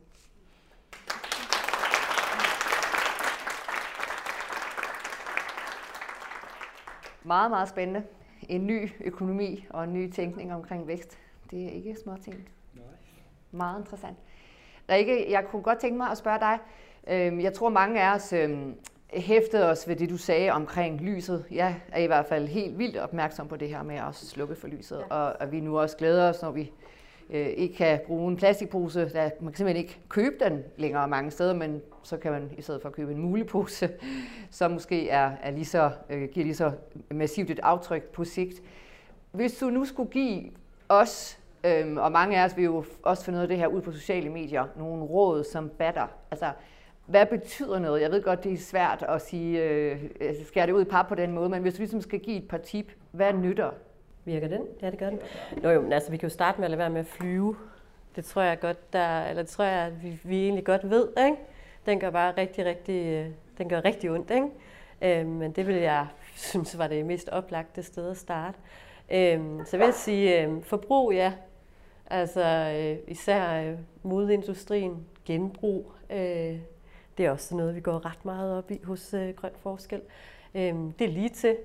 Meget, meget spændende. En ny økonomi og en ny tænkning omkring vækst. Det er ikke småting. Nej. Meget interessant. Rikke, jeg kunne godt tænke mig at spørge dig. Jeg tror, mange af os hæftede os ved det, du sagde omkring lyset. Jeg er i hvert fald helt vildt opmærksom på det her med at slukke for lyset. Ja. Og at vi nu også glæder os, når vi ikke kan bruge en plastikpose. Man kan simpelthen ikke købe den længere mange steder, men så kan man i stedet for købe en mulepose, som måske giver lige så massivt et aftryk på sigt. Hvis du nu skulle give os, og mange af os vil jo også finde noget af det her ud på sociale medier, nogle råd, som batter. Altså, hvad betyder noget? Jeg ved godt, det er svært at sige, skære det ud i pap på den måde, men hvis du ligesom skal give et par tip, hvad nytter? Virker den? Ja, det gør den. Nå jo, men altså, vi kan jo starte med at lade være med at flyve. Det tror jeg godt, det tror jeg, at vi egentlig godt ved, ikke? Den gør bare rigtig ondt, ikke? Men det ville jeg synes var det mest oplagte sted at starte. Så vil jeg sige, forbrug, ja. Altså især modeindustrien, genbrug. Det er også noget, vi går ret meget op i hos Grøn Forskel. Det er lige til.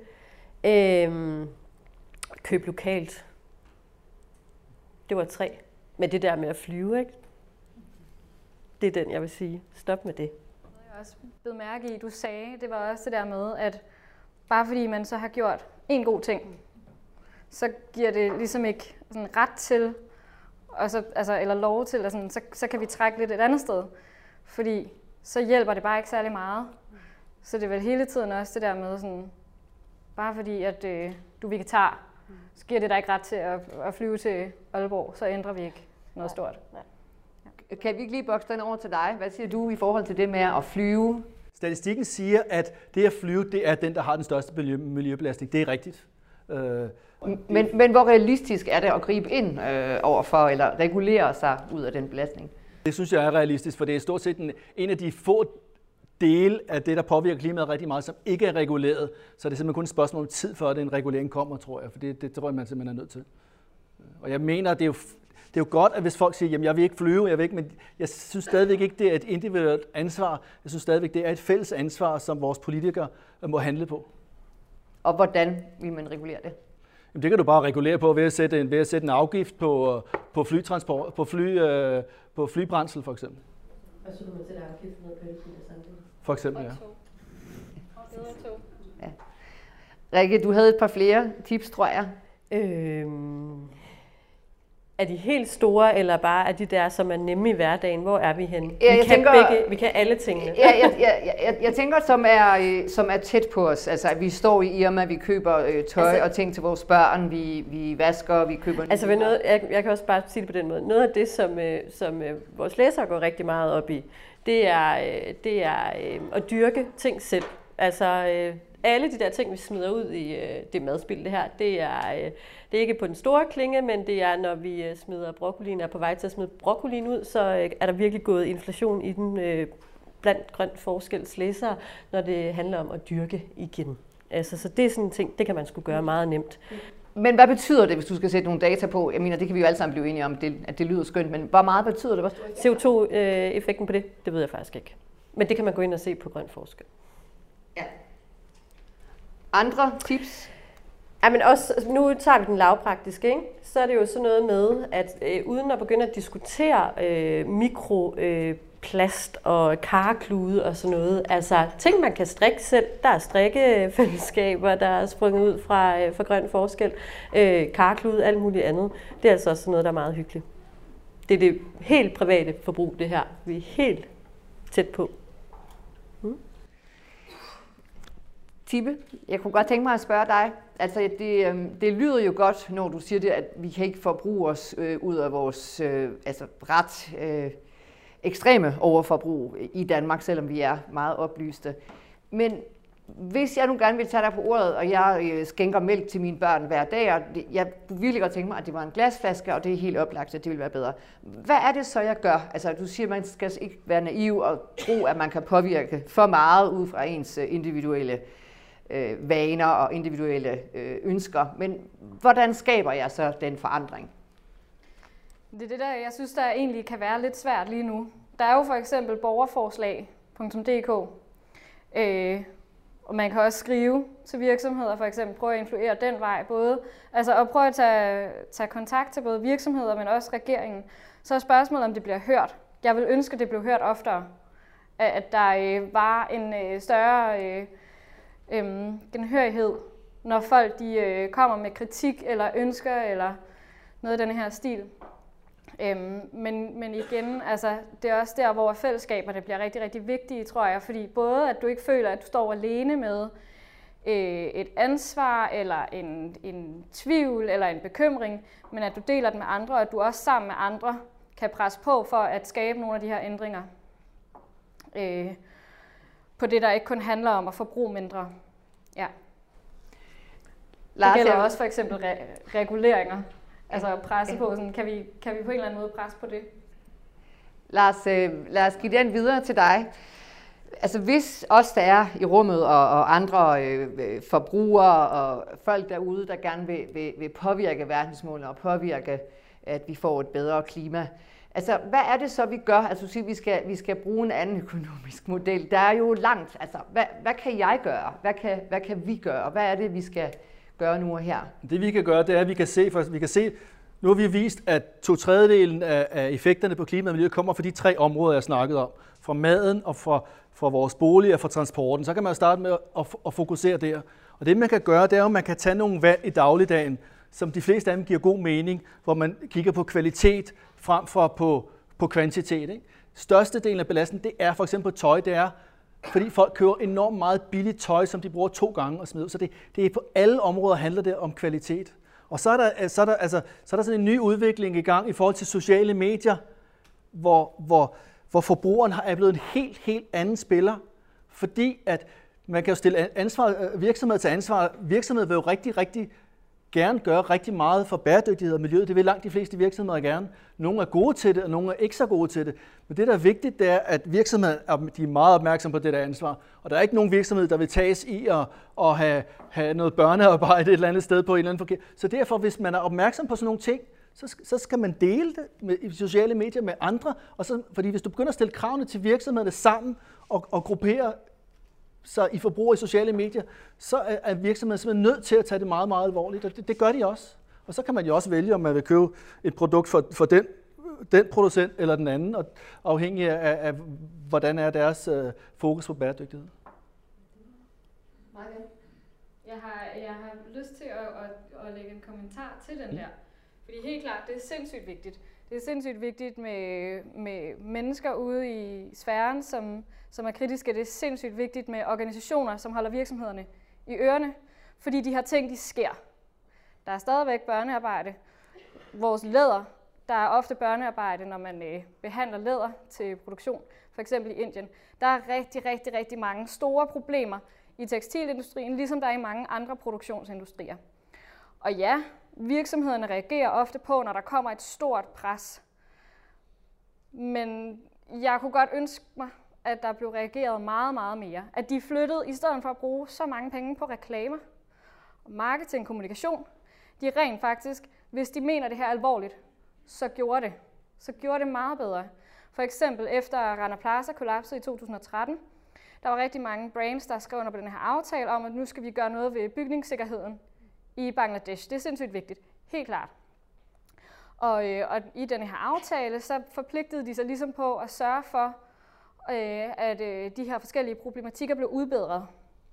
Køb lokalt. Det var 3. Men det der med at flyve, ikke? Det er den, jeg vil sige. Stop med det. Jeg har også blevet mærke i, du sagde, det var også det der med, at bare fordi man så har gjort en god ting, så giver det ligesom ikke sådan ret til, og så, eller lov til, sådan, så kan vi trække lidt et andet sted. Fordi så hjælper det bare ikke særlig meget. Så det er vel hele tiden også det der med, sådan, bare fordi at du er vegetar, så giver det dig ikke ret til at flyve til Aalborg, så ændrer vi ikke noget stort. Ja. Kan vi ikke lige bokse den over til dig? Hvad siger du i forhold til det med at flyve? Statistikken siger, at det at flyve, det er den, der har den største miljøbelastning. Det er rigtigt. Men hvor realistisk er det at gribe ind overfor, eller regulere sig ud af den belastning? Det synes jeg er realistisk, for det er stort set en af de få dele af det, der påvirker klimaet rigtig meget, som ikke er reguleret. Så det er simpelthen kun et spørgsmål om tid, før den regulering kommer, tror jeg. For det tror jeg, man simpelthen er nødt til. Og jeg mener, det er jo godt, at hvis folk siger, jamen jeg vil ikke flyve, men jeg synes stadigvæk ikke, det er et individuelt ansvar. Jeg synes stadigvæk, det er et fælles ansvar, som vores politikere må handle på. Og hvordan vil man regulere det? Jamen, det kan du bare regulere på ved at sætte en afgift på flytransport, på flybrændsel for eksempel. Og så kan man sætte afgiften ned på elbiler samtidig. For eksempel, ja. Ja. Rikke, du havde et par flere tips, tror jeg. Er de helt store, eller bare er de der, som er nemme i hverdagen? Hvor er vi henne? Vi kan alle tingene. Jeg tænker, som er tæt på os. Altså, vi står i Irma, vi køber tøj og ting til vores børn, vi vasker, vi køber... Altså, jeg kan også bare sige det på den måde. Noget af det, som vores læsere går rigtig meget op i, det er at dyrke ting selv. Altså, alle de der ting, vi smider ud i det madspil, det her, det er ikke på den store klinge, men det er, når vi smider broccolien, er på vej til at smide broccolien ud, så er der virkelig gået inflation i den blandt Grøn Forskels læsere, når det handler om at dyrke igen. Altså, så det er sådan en ting, det kan man sgu gøre meget nemt. Men hvad betyder det, hvis du skal sætte nogle data på? Jeg mener, det kan vi jo alle sammen blive enige om, at det lyder skønt, men hvor meget betyder det? CO2-effekten på det ved jeg faktisk ikke. Men det kan man gå ind og se på Grøn Forskel. Ja. Andre tips? Ja, men også, nu tager vi den lavpraktiske, ikke? Så er det jo sådan noget med, at uden at begynde at diskutere mikroplast og karklude og sådan noget, altså ting man kan strikke selv, der er strikkefællesskaber, der er sprunget ud fra Grøn Forskel, karklude, alt muligt andet, det er altså også noget, der er meget hyggeligt. Det er det helt private forbrug, det her. Vi er helt tæt på. Tippe, jeg kunne godt tænke mig at spørge dig. Altså, det lyder jo godt, når du siger det, at vi kan ikke forbruge os ud af vores ret ekstreme overforbrug i Danmark, selvom vi er meget oplyste. Men hvis jeg nu gerne vil tage dig på ordet, og jeg skænker mælk til mine børn hver dag, og jeg kunne virkelig godt tænke mig, at det var en glasflaske, og det er helt oplagt, at det vil være bedre. Hvad er det så, jeg gør? Altså, du siger, at man skal ikke være naiv og tro, at man kan påvirke for meget ud fra ens individuelle vaner og individuelle ønsker. Men hvordan skaber jeg så den forandring? Det er det der, jeg synes, der egentlig kan være lidt svært lige nu. Der er jo for eksempel borgerforslag.dk, og man kan også skrive til virksomheder, for eksempel prøve at influere den vej, både, altså at prøve at tage kontakt til både virksomheder, men også regeringen. Så er spørgsmålet, om det bliver hørt. Jeg vil ønske, at det blev hørt oftere, at der var en større genhørighed, når folk de kommer med kritik eller ønsker eller noget af den her stil. Men igen, altså, det er også der, hvor fællesskaberne bliver rigtig, rigtig vigtige, tror jeg. Fordi både, at du ikke føler, at du står alene med et ansvar, eller en tvivl, eller en bekymring, men at du deler det med andre, og at du også sammen med andre kan presse på for at skabe nogle af de her ændringer. På det, der ikke kun handler om at forbruge mindre. Ja. Det gælder også for eksempel reguleringer. Altså presse på, sådan, kan vi på en eller anden måde presse på det? Lad os give den videre til dig. Altså hvis os, der er i rummet, og andre forbrugere og folk derude, der gerne vil påvirke verdensmålene og påvirke, at vi får et bedre klima. Altså hvad er det så, vi gør? Altså vi skal bruge en anden økonomisk model. Der er jo langt. Altså hvad kan jeg gøre? Hvad kan vi gøre? Hvad er det, vi skal gøre nu og her? Det vi kan gøre, det er, at vi kan se, nu har vi vist, at 2/3 af effekterne på klima og miljø kommer fra de 3 områder, jeg snakkede om. Fra maden og fra vores bolig og fra transporten. Så kan man jo starte med at fokusere der. Og det man kan gøre, det er, at man kan tage nogle valg i dagligdagen, som de fleste af dem giver god mening, hvor man kigger på kvalitet frem for på kvantitet. Ikke? Størstedelen af belastningen, det er for eksempel tøj, det er, fordi folk køber enormt meget billigt tøj, som de bruger 2 gange og smider ud. Så det er på alle områder handler det om kvalitet. Og så er der sådan en ny udvikling i gang i forhold til sociale medier, hvor forbrugeren er blevet en helt anden spiller. Fordi at man kan jo stille virksomheder til ansvar. Virksomheder vil jo rigtig gerne gøre rigtig meget for bæredygtighed og miljø. Det vil langt de fleste virksomheder gerne. Nogle er gode til det, og nogle er ikke så gode til det. Men det, der er vigtigt, det er, at virksomheder de er meget opmærksomme på det der ansvar. Og der er ikke nogen virksomhed, der vil tages i at have noget børnearbejde et eller andet sted på en eller anden forkert. Så derfor, hvis man er opmærksom på sådan nogle ting, så skal man dele det i sociale medier med andre. Fordi hvis du begynder at stille kravene til virksomhederne sammen og gruppere så i forbrug i sociale medier, så er virksomheden simpelthen nødt til at tage det meget, meget alvorligt, og det gør de også. Og så kan man jo også vælge, om man vil købe et produkt for den producent eller den anden, og afhængig af hvordan er deres fokus på bæredygtighed. Jeg har lyst til at lægge en kommentar til den der, fordi helt klart, det er sindssygt vigtigt. Det er sindssygt vigtigt med mennesker ude i sfæren, som er kritiske. Det er sindssygt vigtigt med organisationer, som holder virksomhederne i ørerne, fordi de her ting, de sker. Der er stadigvæk børnearbejde. Vores læder, der er ofte børnearbejde, når man behandler læder til produktion, for eksempel i Indien. Der er rigtig mange store problemer i tekstilindustrien, ligesom der er i mange andre produktionsindustrier. Og ja, virksomhederne reagerer ofte på, når der kommer et stort pres. Men jeg kunne godt ønske mig, at der blev reageret meget, meget mere. At de flyttede, i stedet for at bruge så mange penge på reklamer, marketing, kommunikation, de rent faktisk, hvis de mener det her alvorligt, så gjorde det meget bedre. For eksempel efter Rana Plaza kollapsede i 2013, der var rigtig mange brands, der skrev under på den her aftale om, at nu skal vi gøre noget ved bygningssikkerheden i Bangladesh. Det er sindssygt vigtigt, helt klart. Og i den her aftale, så forpligtede de sig ligesom på at sørge for, at de her forskellige problematikker blev udbedret.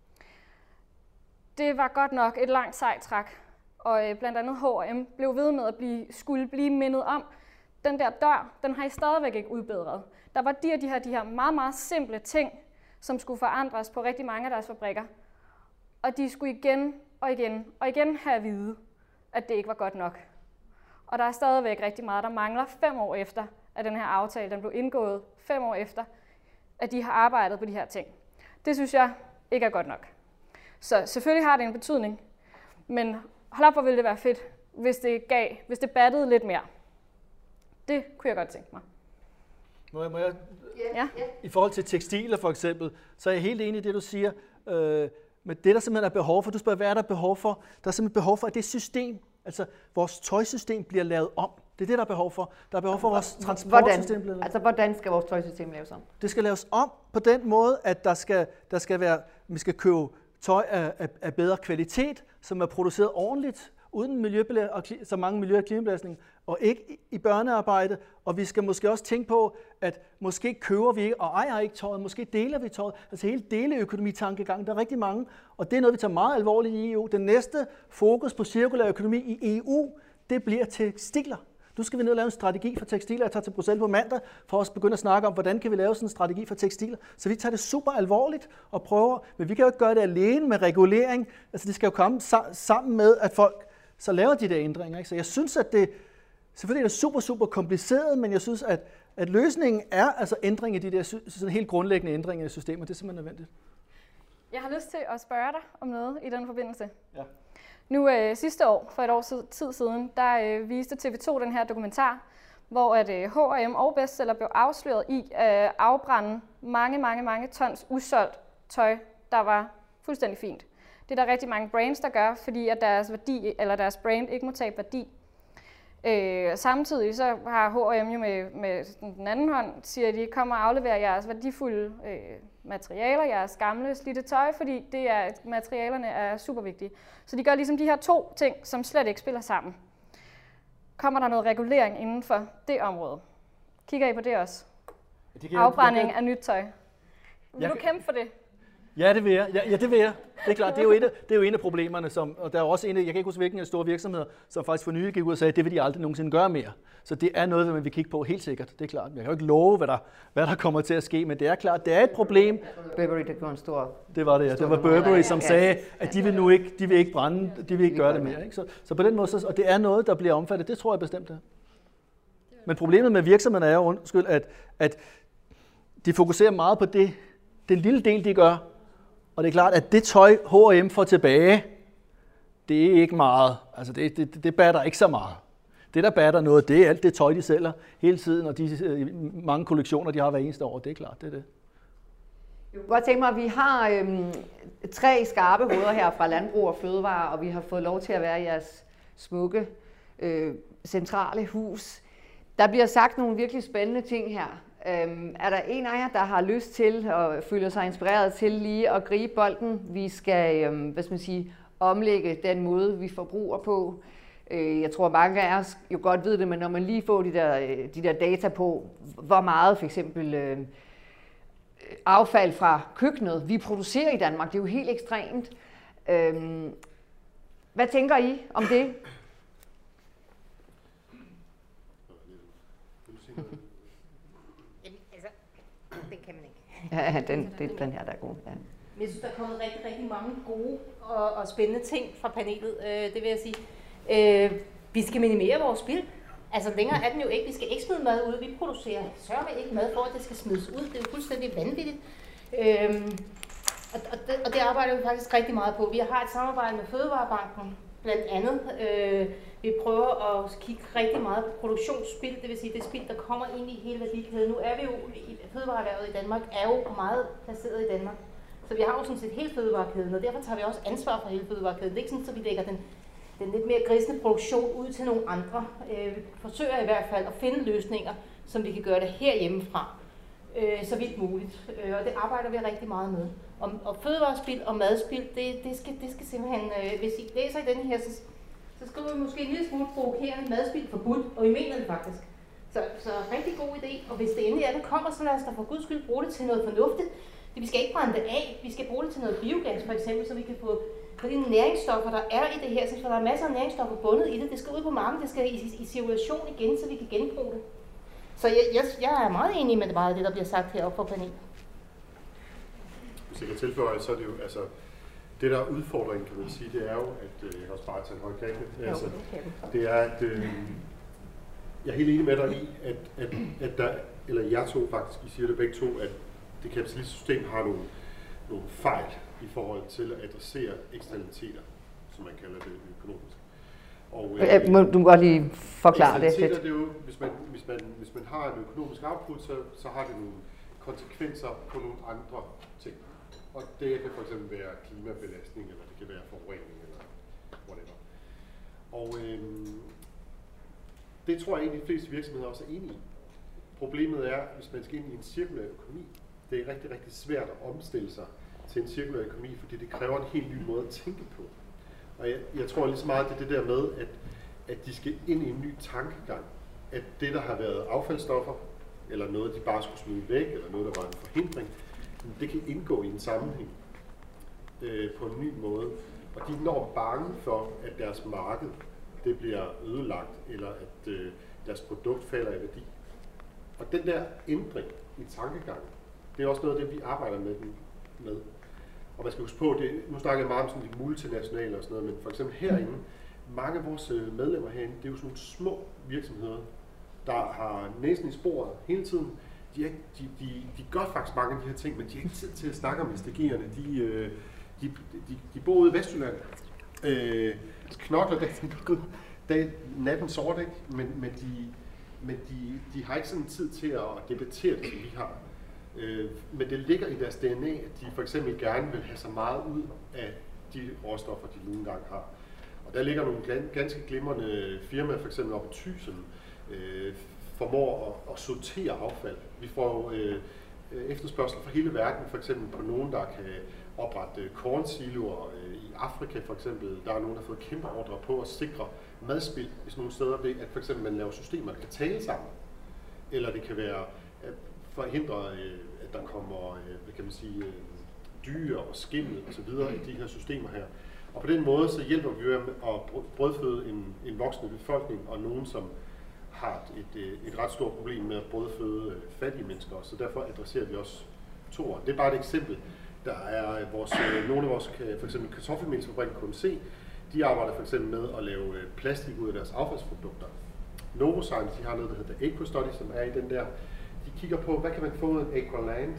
Det var godt nok et langt sejt træk, og blandt andet H&M blev ved med at skulle blive mindet om, den der dør, den har I stadigvæk ikke udbedret. Der var de her meget, meget simple ting, som skulle forandres på rigtig mange af deres fabrikker. Og de skulle igen have at vide, at det ikke var godt nok. Og der er stadigvæk rigtig meget, der mangler 5 år efter, at den her aftale den blev indgået, 5 år efter, at de har arbejdet på de her ting. Det synes jeg ikke er godt nok. Så selvfølgelig har det en betydning, men hold op, hvor ville det være fedt, hvis det battede lidt mere. Det kunne jeg godt tænke mig. Må jeg? Ja. I forhold til tekstiler for eksempel, så er jeg helt enig i det, du siger. Men det, der simpelthen er behov for, du spørger, hvad er der behov for? Der er simpelthen behov for, at det system, Altså, vores tøjsystem bliver lavet om. Det er det, der er behov for. Der er behov for, at vores transportsystem bliver lavet om. Altså, hvordan skal vores tøjsystem laves om? Det skal laves om på den måde, at vi skal købe tøj af bedre kvalitet, som er produceret ordentligt, uden så mange miljø- og klimabelastning, og ikke i børnearbejde. Og vi skal måske også tænke på, at måske køber vi ikke og ejer ikke tøjet, måske deler vi tøjet. Altså hele deleøkonomitankegangen, der er rigtig mange, og det er noget, vi tager meget alvorligt i EU. Den næste fokus på cirkulær økonomi i EU, det bliver tekstiler. Nu skal vi ned og lave en strategi for tekstiler. Jeg tager til Bruxelles på mandag for at begynde at snakke om, hvordan kan vi lave sådan en strategi for tekstiler. Så vi tager det super alvorligt og prøver, men vi kan jo ikke gøre det alene med regulering. Altså det skal jo komme sammen med, at folk så laver de der ændringer. Ikke? Så jeg synes, at det selvfølgelig er det super, super kompliceret, men jeg synes, at løsningen er altså ændring i de der sådan helt grundlæggende ændringer i systemet. Det er simpelthen nødvendigt. Jeg har lyst til at spørge dig om noget i den forbindelse. Ja. Nu sidste år, for et års tid siden, der viste TV2 den her dokumentar, hvor at H&M og Bestseller blev afsløret i at afbrænde mange tons usolgt tøj, der var fuldstændig fint. Det er der rigtig mange brands, der gør, fordi at deres værdi eller deres brand ikke må tabe værdi. Samtidig så har H&M jo med den anden hånd, siger de, kom og afleverer jeres værdifulde materialer, jeres gamle slidte tøj, fordi materialerne er super vigtige. Så de gør ligesom de her to ting, som slet ikke spiller sammen. Kommer der noget regulering inden for det område? Kigger I på det også? Afbrænding af nyt tøj. Vil du kæmpe for det? Ja, det vil jeg. Ja, det vil jeg. Det er klart, det er jo en af problemerne, og der er også jeg kan ikke huske, hvilken af store virksomheder, som faktisk for nylig gik ud og sagde, at det vil de aldrig nogensinde gøre mere. Så det er noget, man vil kigge på helt sikkert. Det er klart. Jeg kan jo ikke love, hvad der kommer til at ske, men det er klart, det er et problem. Burberry, der gjorde en stor... Det var det, ja. Det var Burberry, som sagde, at de vil ikke brænde, de vil ikke gøre det mere. Ikke? Så på den måde, og det er noget, der bliver omfattet, det tror jeg bestemt det. Men problemet med virksomhederne er jo, at de fokuserer meget på den lille del, de gør. Og det er klart, at det tøj, H&M får tilbage, det er ikke meget. Altså det batter ikke så meget. Det, der batter noget, det er alt det tøj, de sælger hele tiden, og de mange kollektioner, de har hver eneste år. Det er klart, det er det. Jeg kunne godt tænke mig, at vi har 3 skarpe hoveder her fra Landbrug og Fødevare, og vi har fået lov til at være i jeres smukke, centrale hus. Der bliver sagt nogle virkelig spændende ting her. Er der en af jer, der har lyst til og føler sig inspireret til lige at gribe bolden? Vi skal omlægge den måde, vi forbruger på. Jeg tror, mange af os jo godt ved det, men når man lige får de der data på, hvor meget for eksempel affald fra køkkenet vi producerer i Danmark, det er jo helt ekstremt. Hvad tænker I om det? Den kan man ikke. Ja, den her, der er god. Ja. Men jeg synes, der er kommet rigtig, rigtig mange gode og spændende ting fra panelet. Det vil jeg sige. Vi skal minimere vores spild. Altså længere er den jo ikke. Vi skal ikke smide mad ud. Vi producerer sørme ikke mad for, at det skal smides ud. Det er jo fuldstændig vanvittigt. Og det arbejder vi faktisk rigtig meget på. Vi har et samarbejde med Fødevarebanken, blandt andet. Vi prøver at kigge rigtig meget på produktionsspild, det vil sige det spild, der kommer ind i hele værdikæden. Nu er vi jo, fødevareerhvervet i Danmark er jo meget placeret i Danmark. Så vi har jo sådan set hele fødevarekæden, og derfor tager vi også ansvar for hele fødevarekæden. Det er ikke sådan, at vi lægger den lidt mere grisende produktion ud til nogle andre. Vi forsøger i hvert fald at finde løsninger, som vi kan gøre det herhjemmefra, så vidt muligt. Og det arbejder vi rigtig meget med. Og fødevarespild og madspild, det skal simpelthen, hvis I læser i denne her, så skriver vi måske en lille smule provokerende madspild forbudt, og vi mener det faktisk. Så rigtig god idé, og hvis det endelig er, det kommer, så lad os da for guds skyld bruge det til noget fornuftigt. Vi skal ikke brænde det af, vi skal bruge det til noget biogas for eksempel, så vi kan få de næringsstoffer, der er i det her, så der er masser af næringsstoffer bundet i det. Det skal ud på markedet, det skal i cirkulation igen, så vi kan genbruge det. Så jeg er meget enig med meget af det, der bliver sagt heroppe på panelet. Hvis jeg kan tilføje, så er det jo, altså, det der er udfordringen, kan man sige, det er jo, at jeg kan også bare tage en høj kage. Altså, det er, at jeg er helt enig med dig i, at der, eller jeg to faktisk, I siger det begge to, at det kapitalistiske system har nogle fejl i forhold til at adressere eksternaliteter, som man kalder det økonomisk. Og, du må godt lige forklare det. Det er jo, hvis man har en økonomisk output, så har det nogle konsekvenser på nogle andre ting. Og det kan fx være klimabelastning, eller det kan være forurening, eller whatever. Og det tror jeg egentlig, de fleste virksomheder også er enige i. Problemet er, hvis man skal ind i en cirkulær økonomi, det er rigtig, rigtig svært at omstille sig til en cirkulær økonomi, fordi det kræver en helt ny måde at tænke på. Og jeg tror lige så meget, det er det der med, at de skal ind i en ny tankegang. At det, der har været affaldsstoffer, eller noget, de bare skulle smide væk, eller noget, der var en forhindring, det kan indgå i en sammenhæng på en ny måde. Og de er enormt bange for, at deres marked det bliver ødelagt, eller at deres produkt falder i værdi. Og den der ændring i tankegangen, det er også noget af det, vi arbejder med. Og man skal huske på, nu snakker jeg meget om sådan de multinationale og sådan noget, men for eksempel herinde, mange af vores medlemmer herinde, det er jo sådan nogle små virksomheder, der har næsen i sporet hele tiden. De gør faktisk mange af de her ting, men de har ikke tid til at snakke om SDG'erne. De bor ude i Vestjylland, knokler natten sort, ikke? Men de har ikke sådan tid til at debattere det, som vi har. Men det ligger i deres DNA, at de for eksempel gerne vil have så meget ud af de råstoffer, de nogle gange har. Og der ligger nogle ganske glimrende firmaer, for eksempel oppe i Thy, som formår at sortere affald. Vi får efterspørgsel fra hele verden, for eksempel på nogen, der kan oprette kornsiloer i Afrika for eksempel. Der er nogen, der har fået kæmpe ordre på at sikre madspild i sådan nogle steder ved, at for eksempel man laver systemer, der kan tale sammen. Eller det kan være at forhindre, at der kommer, hvad kan man sige, dyr og skimmel og så videre i de her systemer her. Og på den måde så hjælper vi at brødføde en voksende befolkning og nogen, som har et ret stort problem med at brødføde fattige mennesker. Så derfor adresserer vi også toer. Det er bare et eksempel. Der er nogle af vores, for eksempel kartoffelmelsfabrikken KMC, de arbejder for eksempel med at lave plastik ud af deres affaldsprodukter. Novozymes, de har noget, der hedder EcoStudy, som er i den der. De kigger på, hvad kan man få ud af en Ecoland?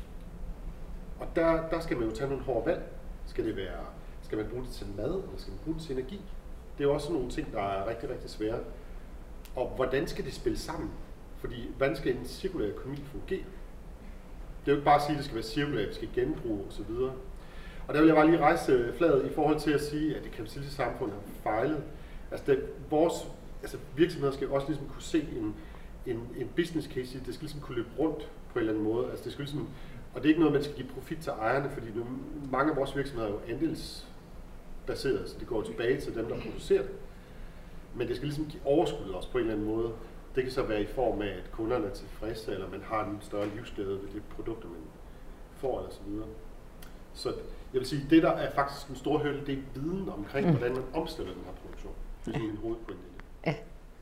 Og der skal man jo tage nogle hårde valg. Skal man bruge det til mad, eller skal man bruge det til energi? Det er jo også nogle ting, der er rigtig, rigtig svære. Og hvordan skal det spille sammen? Fordi, hvordan skal en cirkulær økonomi fungere? Det er jo ikke bare at sige, at det skal være cirkulært, vi skal genbruge osv. Og der vil jeg bare lige rejse flaget i forhold til at sige, at det kapitalistiske samfund har fejlet. Altså, virksomheder skal også ligesom kunne se en business case i, det skal ligesom kunne løbe rundt på en eller anden måde. Altså, det skal ligesom, og det er ikke noget, man skal give profit til ejerne, fordi mange af vores virksomheder er jo andelsbaseret, så det går tilbage til dem, der producerer det. Men det skal ligesom give overskud også på en eller anden måde. Det kan så være i form af, at kunderne er tilfredse, eller man har en større livsglæde ved det produkter, man får, eller så videre. Så jeg vil sige, det der er faktisk en stor hurdle, det er viden omkring, hvordan man omstiller den her produktion. Det er en hovedpointe i det. Ja.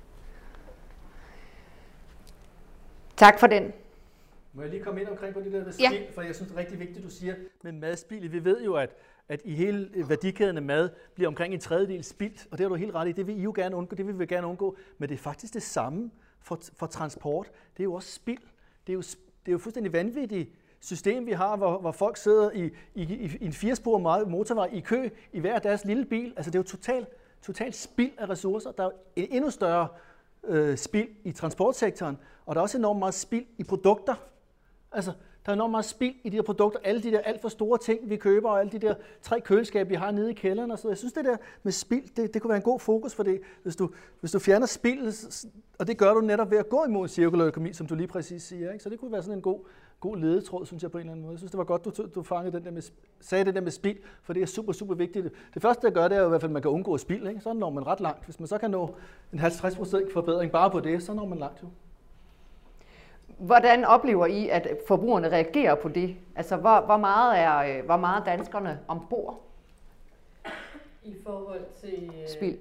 Tak for den. Må jeg lige komme ind omkring på det der med spild, for jeg synes, det er rigtig vigtigt, du siger med madspild. Vi ved jo, at i hele værdikæden af mad bliver omkring en tredjedel spildt, og det har du helt ret i. Det vil I jo gerne undgå, det vil vi gerne undgå, men det er faktisk det samme for transport. Det er jo også spild. Det er jo fuldstændig vanvittigt system, vi har, hvor folk sidder i en 4-sporet motorvej i kø i hver deres lille bil. Altså det er jo totalt spild af ressourcer. Der er en endnu større spild i transportsektoren, og der er også enormt meget spild i produkter. Altså, der er enormt meget spild i de her produkter, alle de der alt for store ting, vi køber, og alle de der 3 køleskab, vi har nede i kælderen og så. Jeg synes, det der med spild, det kunne være en god fokus for det. Hvis du fjerner spild, og det gør du netop ved at gå imod cirkulær økonomi, som du lige præcis siger, ikke? Så det kunne være sådan en god ledetråd, synes jeg, på en eller anden måde. Jeg synes, det var godt, du fangede den der sagde det der med spild, for det er super, super vigtigt. Det første, der gør, det er jo i hvert fald, at man kan undgå spild, ikke? Så når man ret langt. Hvis man så kan nå en 50% forbedring bare på det, så når man langt jo. Hvordan oplever I, at forbrugerne reagerer på det? Altså, hvor meget er danskerne ombord? I forhold til spild?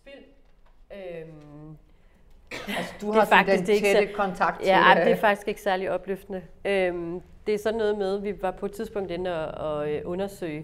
Altså, du det har faktisk den tætte kontakt til... Ja, det er faktisk ikke særlig opløftende. Det er sådan noget med, vi var på et tidspunkt inde og undersøge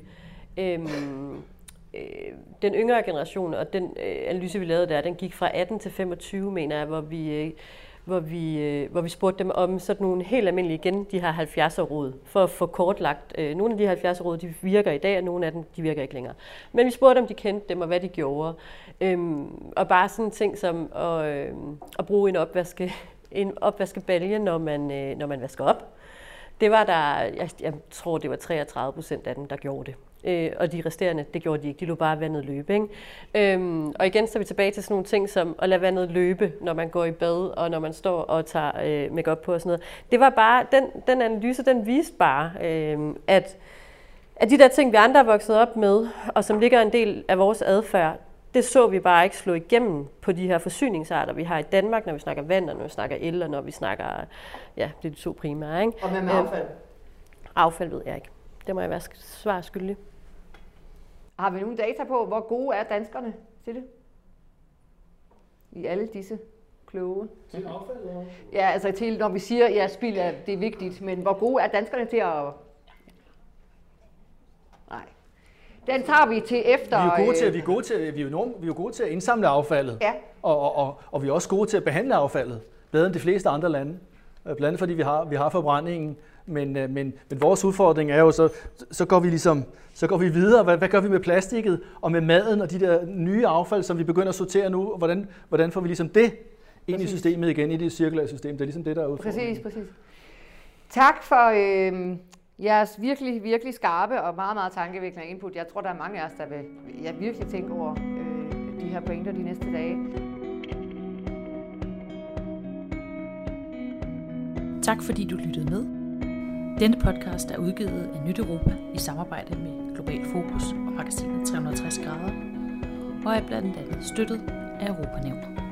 den yngre generation, og den analyse, vi lavede der, den gik fra 18 til 25, mener jeg, hvor vi spurgte dem om sådan nogle helt almindelige igen, de har 70'er-råd, for at få kortlagt. Nogle af de 70'er-råd, de virker i dag, og nogle af dem, de virker ikke længere. Men vi spurgte, om de kendte dem, og hvad de gjorde. Og bare sådan ting som at bruge en opvaskebalje, når man vasker op. Det var der, jeg tror, det var 33% af dem, der gjorde det. og de resterende, det gjorde de ikke. De lå bare vandet løbe. Ikke? Og igen så er vi tilbage til sådan nogle ting som at lade vandet løbe, når man går i bad, og når man står og tager makeup på og sådan noget. Det var bare, den analyse, den viste bare, at de der ting, vi andre er vokset op med, og som ligger en del af vores adfærd, det så vi bare ikke slå igennem på de her forsyningsarter, vi har i Danmark, når vi snakker vand, og når vi snakker el, og når vi snakker, ja, det er de 2 primære. Ikke? Og med affald? Affald ved jeg ikke. Det må jeg være svar skyldig. Har vi nogle data på, hvor gode er danskerne til det? I alle disse kloge. Til affald? Ja, altså til, når vi siger, at spild det er vigtigt, men hvor gode er danskerne til at... Nej. Den tager vi til efter... Vi er jo gode til at indsamle affaldet. Ja. Og vi er også gode til at behandle affaldet. Bedre end de fleste andre lande. Blandt andet fordi vi har forbrændingen. Men vores udfordring er jo, så går vi videre. Hvad gør vi med plastikket og med maden og de der nye affald, som vi begynder at sortere nu? Hvordan får vi ligesom det ind i systemet igen, i det cirkulære system? Det er ligesom det, der er udfordringen. Præcis. Tak for jeres virkelig, virkelig skarpe og meget, meget tankevækkende input. Jeg tror, der er mange af os, der vil virkelig tænke over de her pointer de næste dage. Tak fordi du lyttede med. Denne podcast er udgivet af Nyt Europa i samarbejde med Global Fokus og magasinet 360 grader, og er blandt andet støttet af Europanævnet.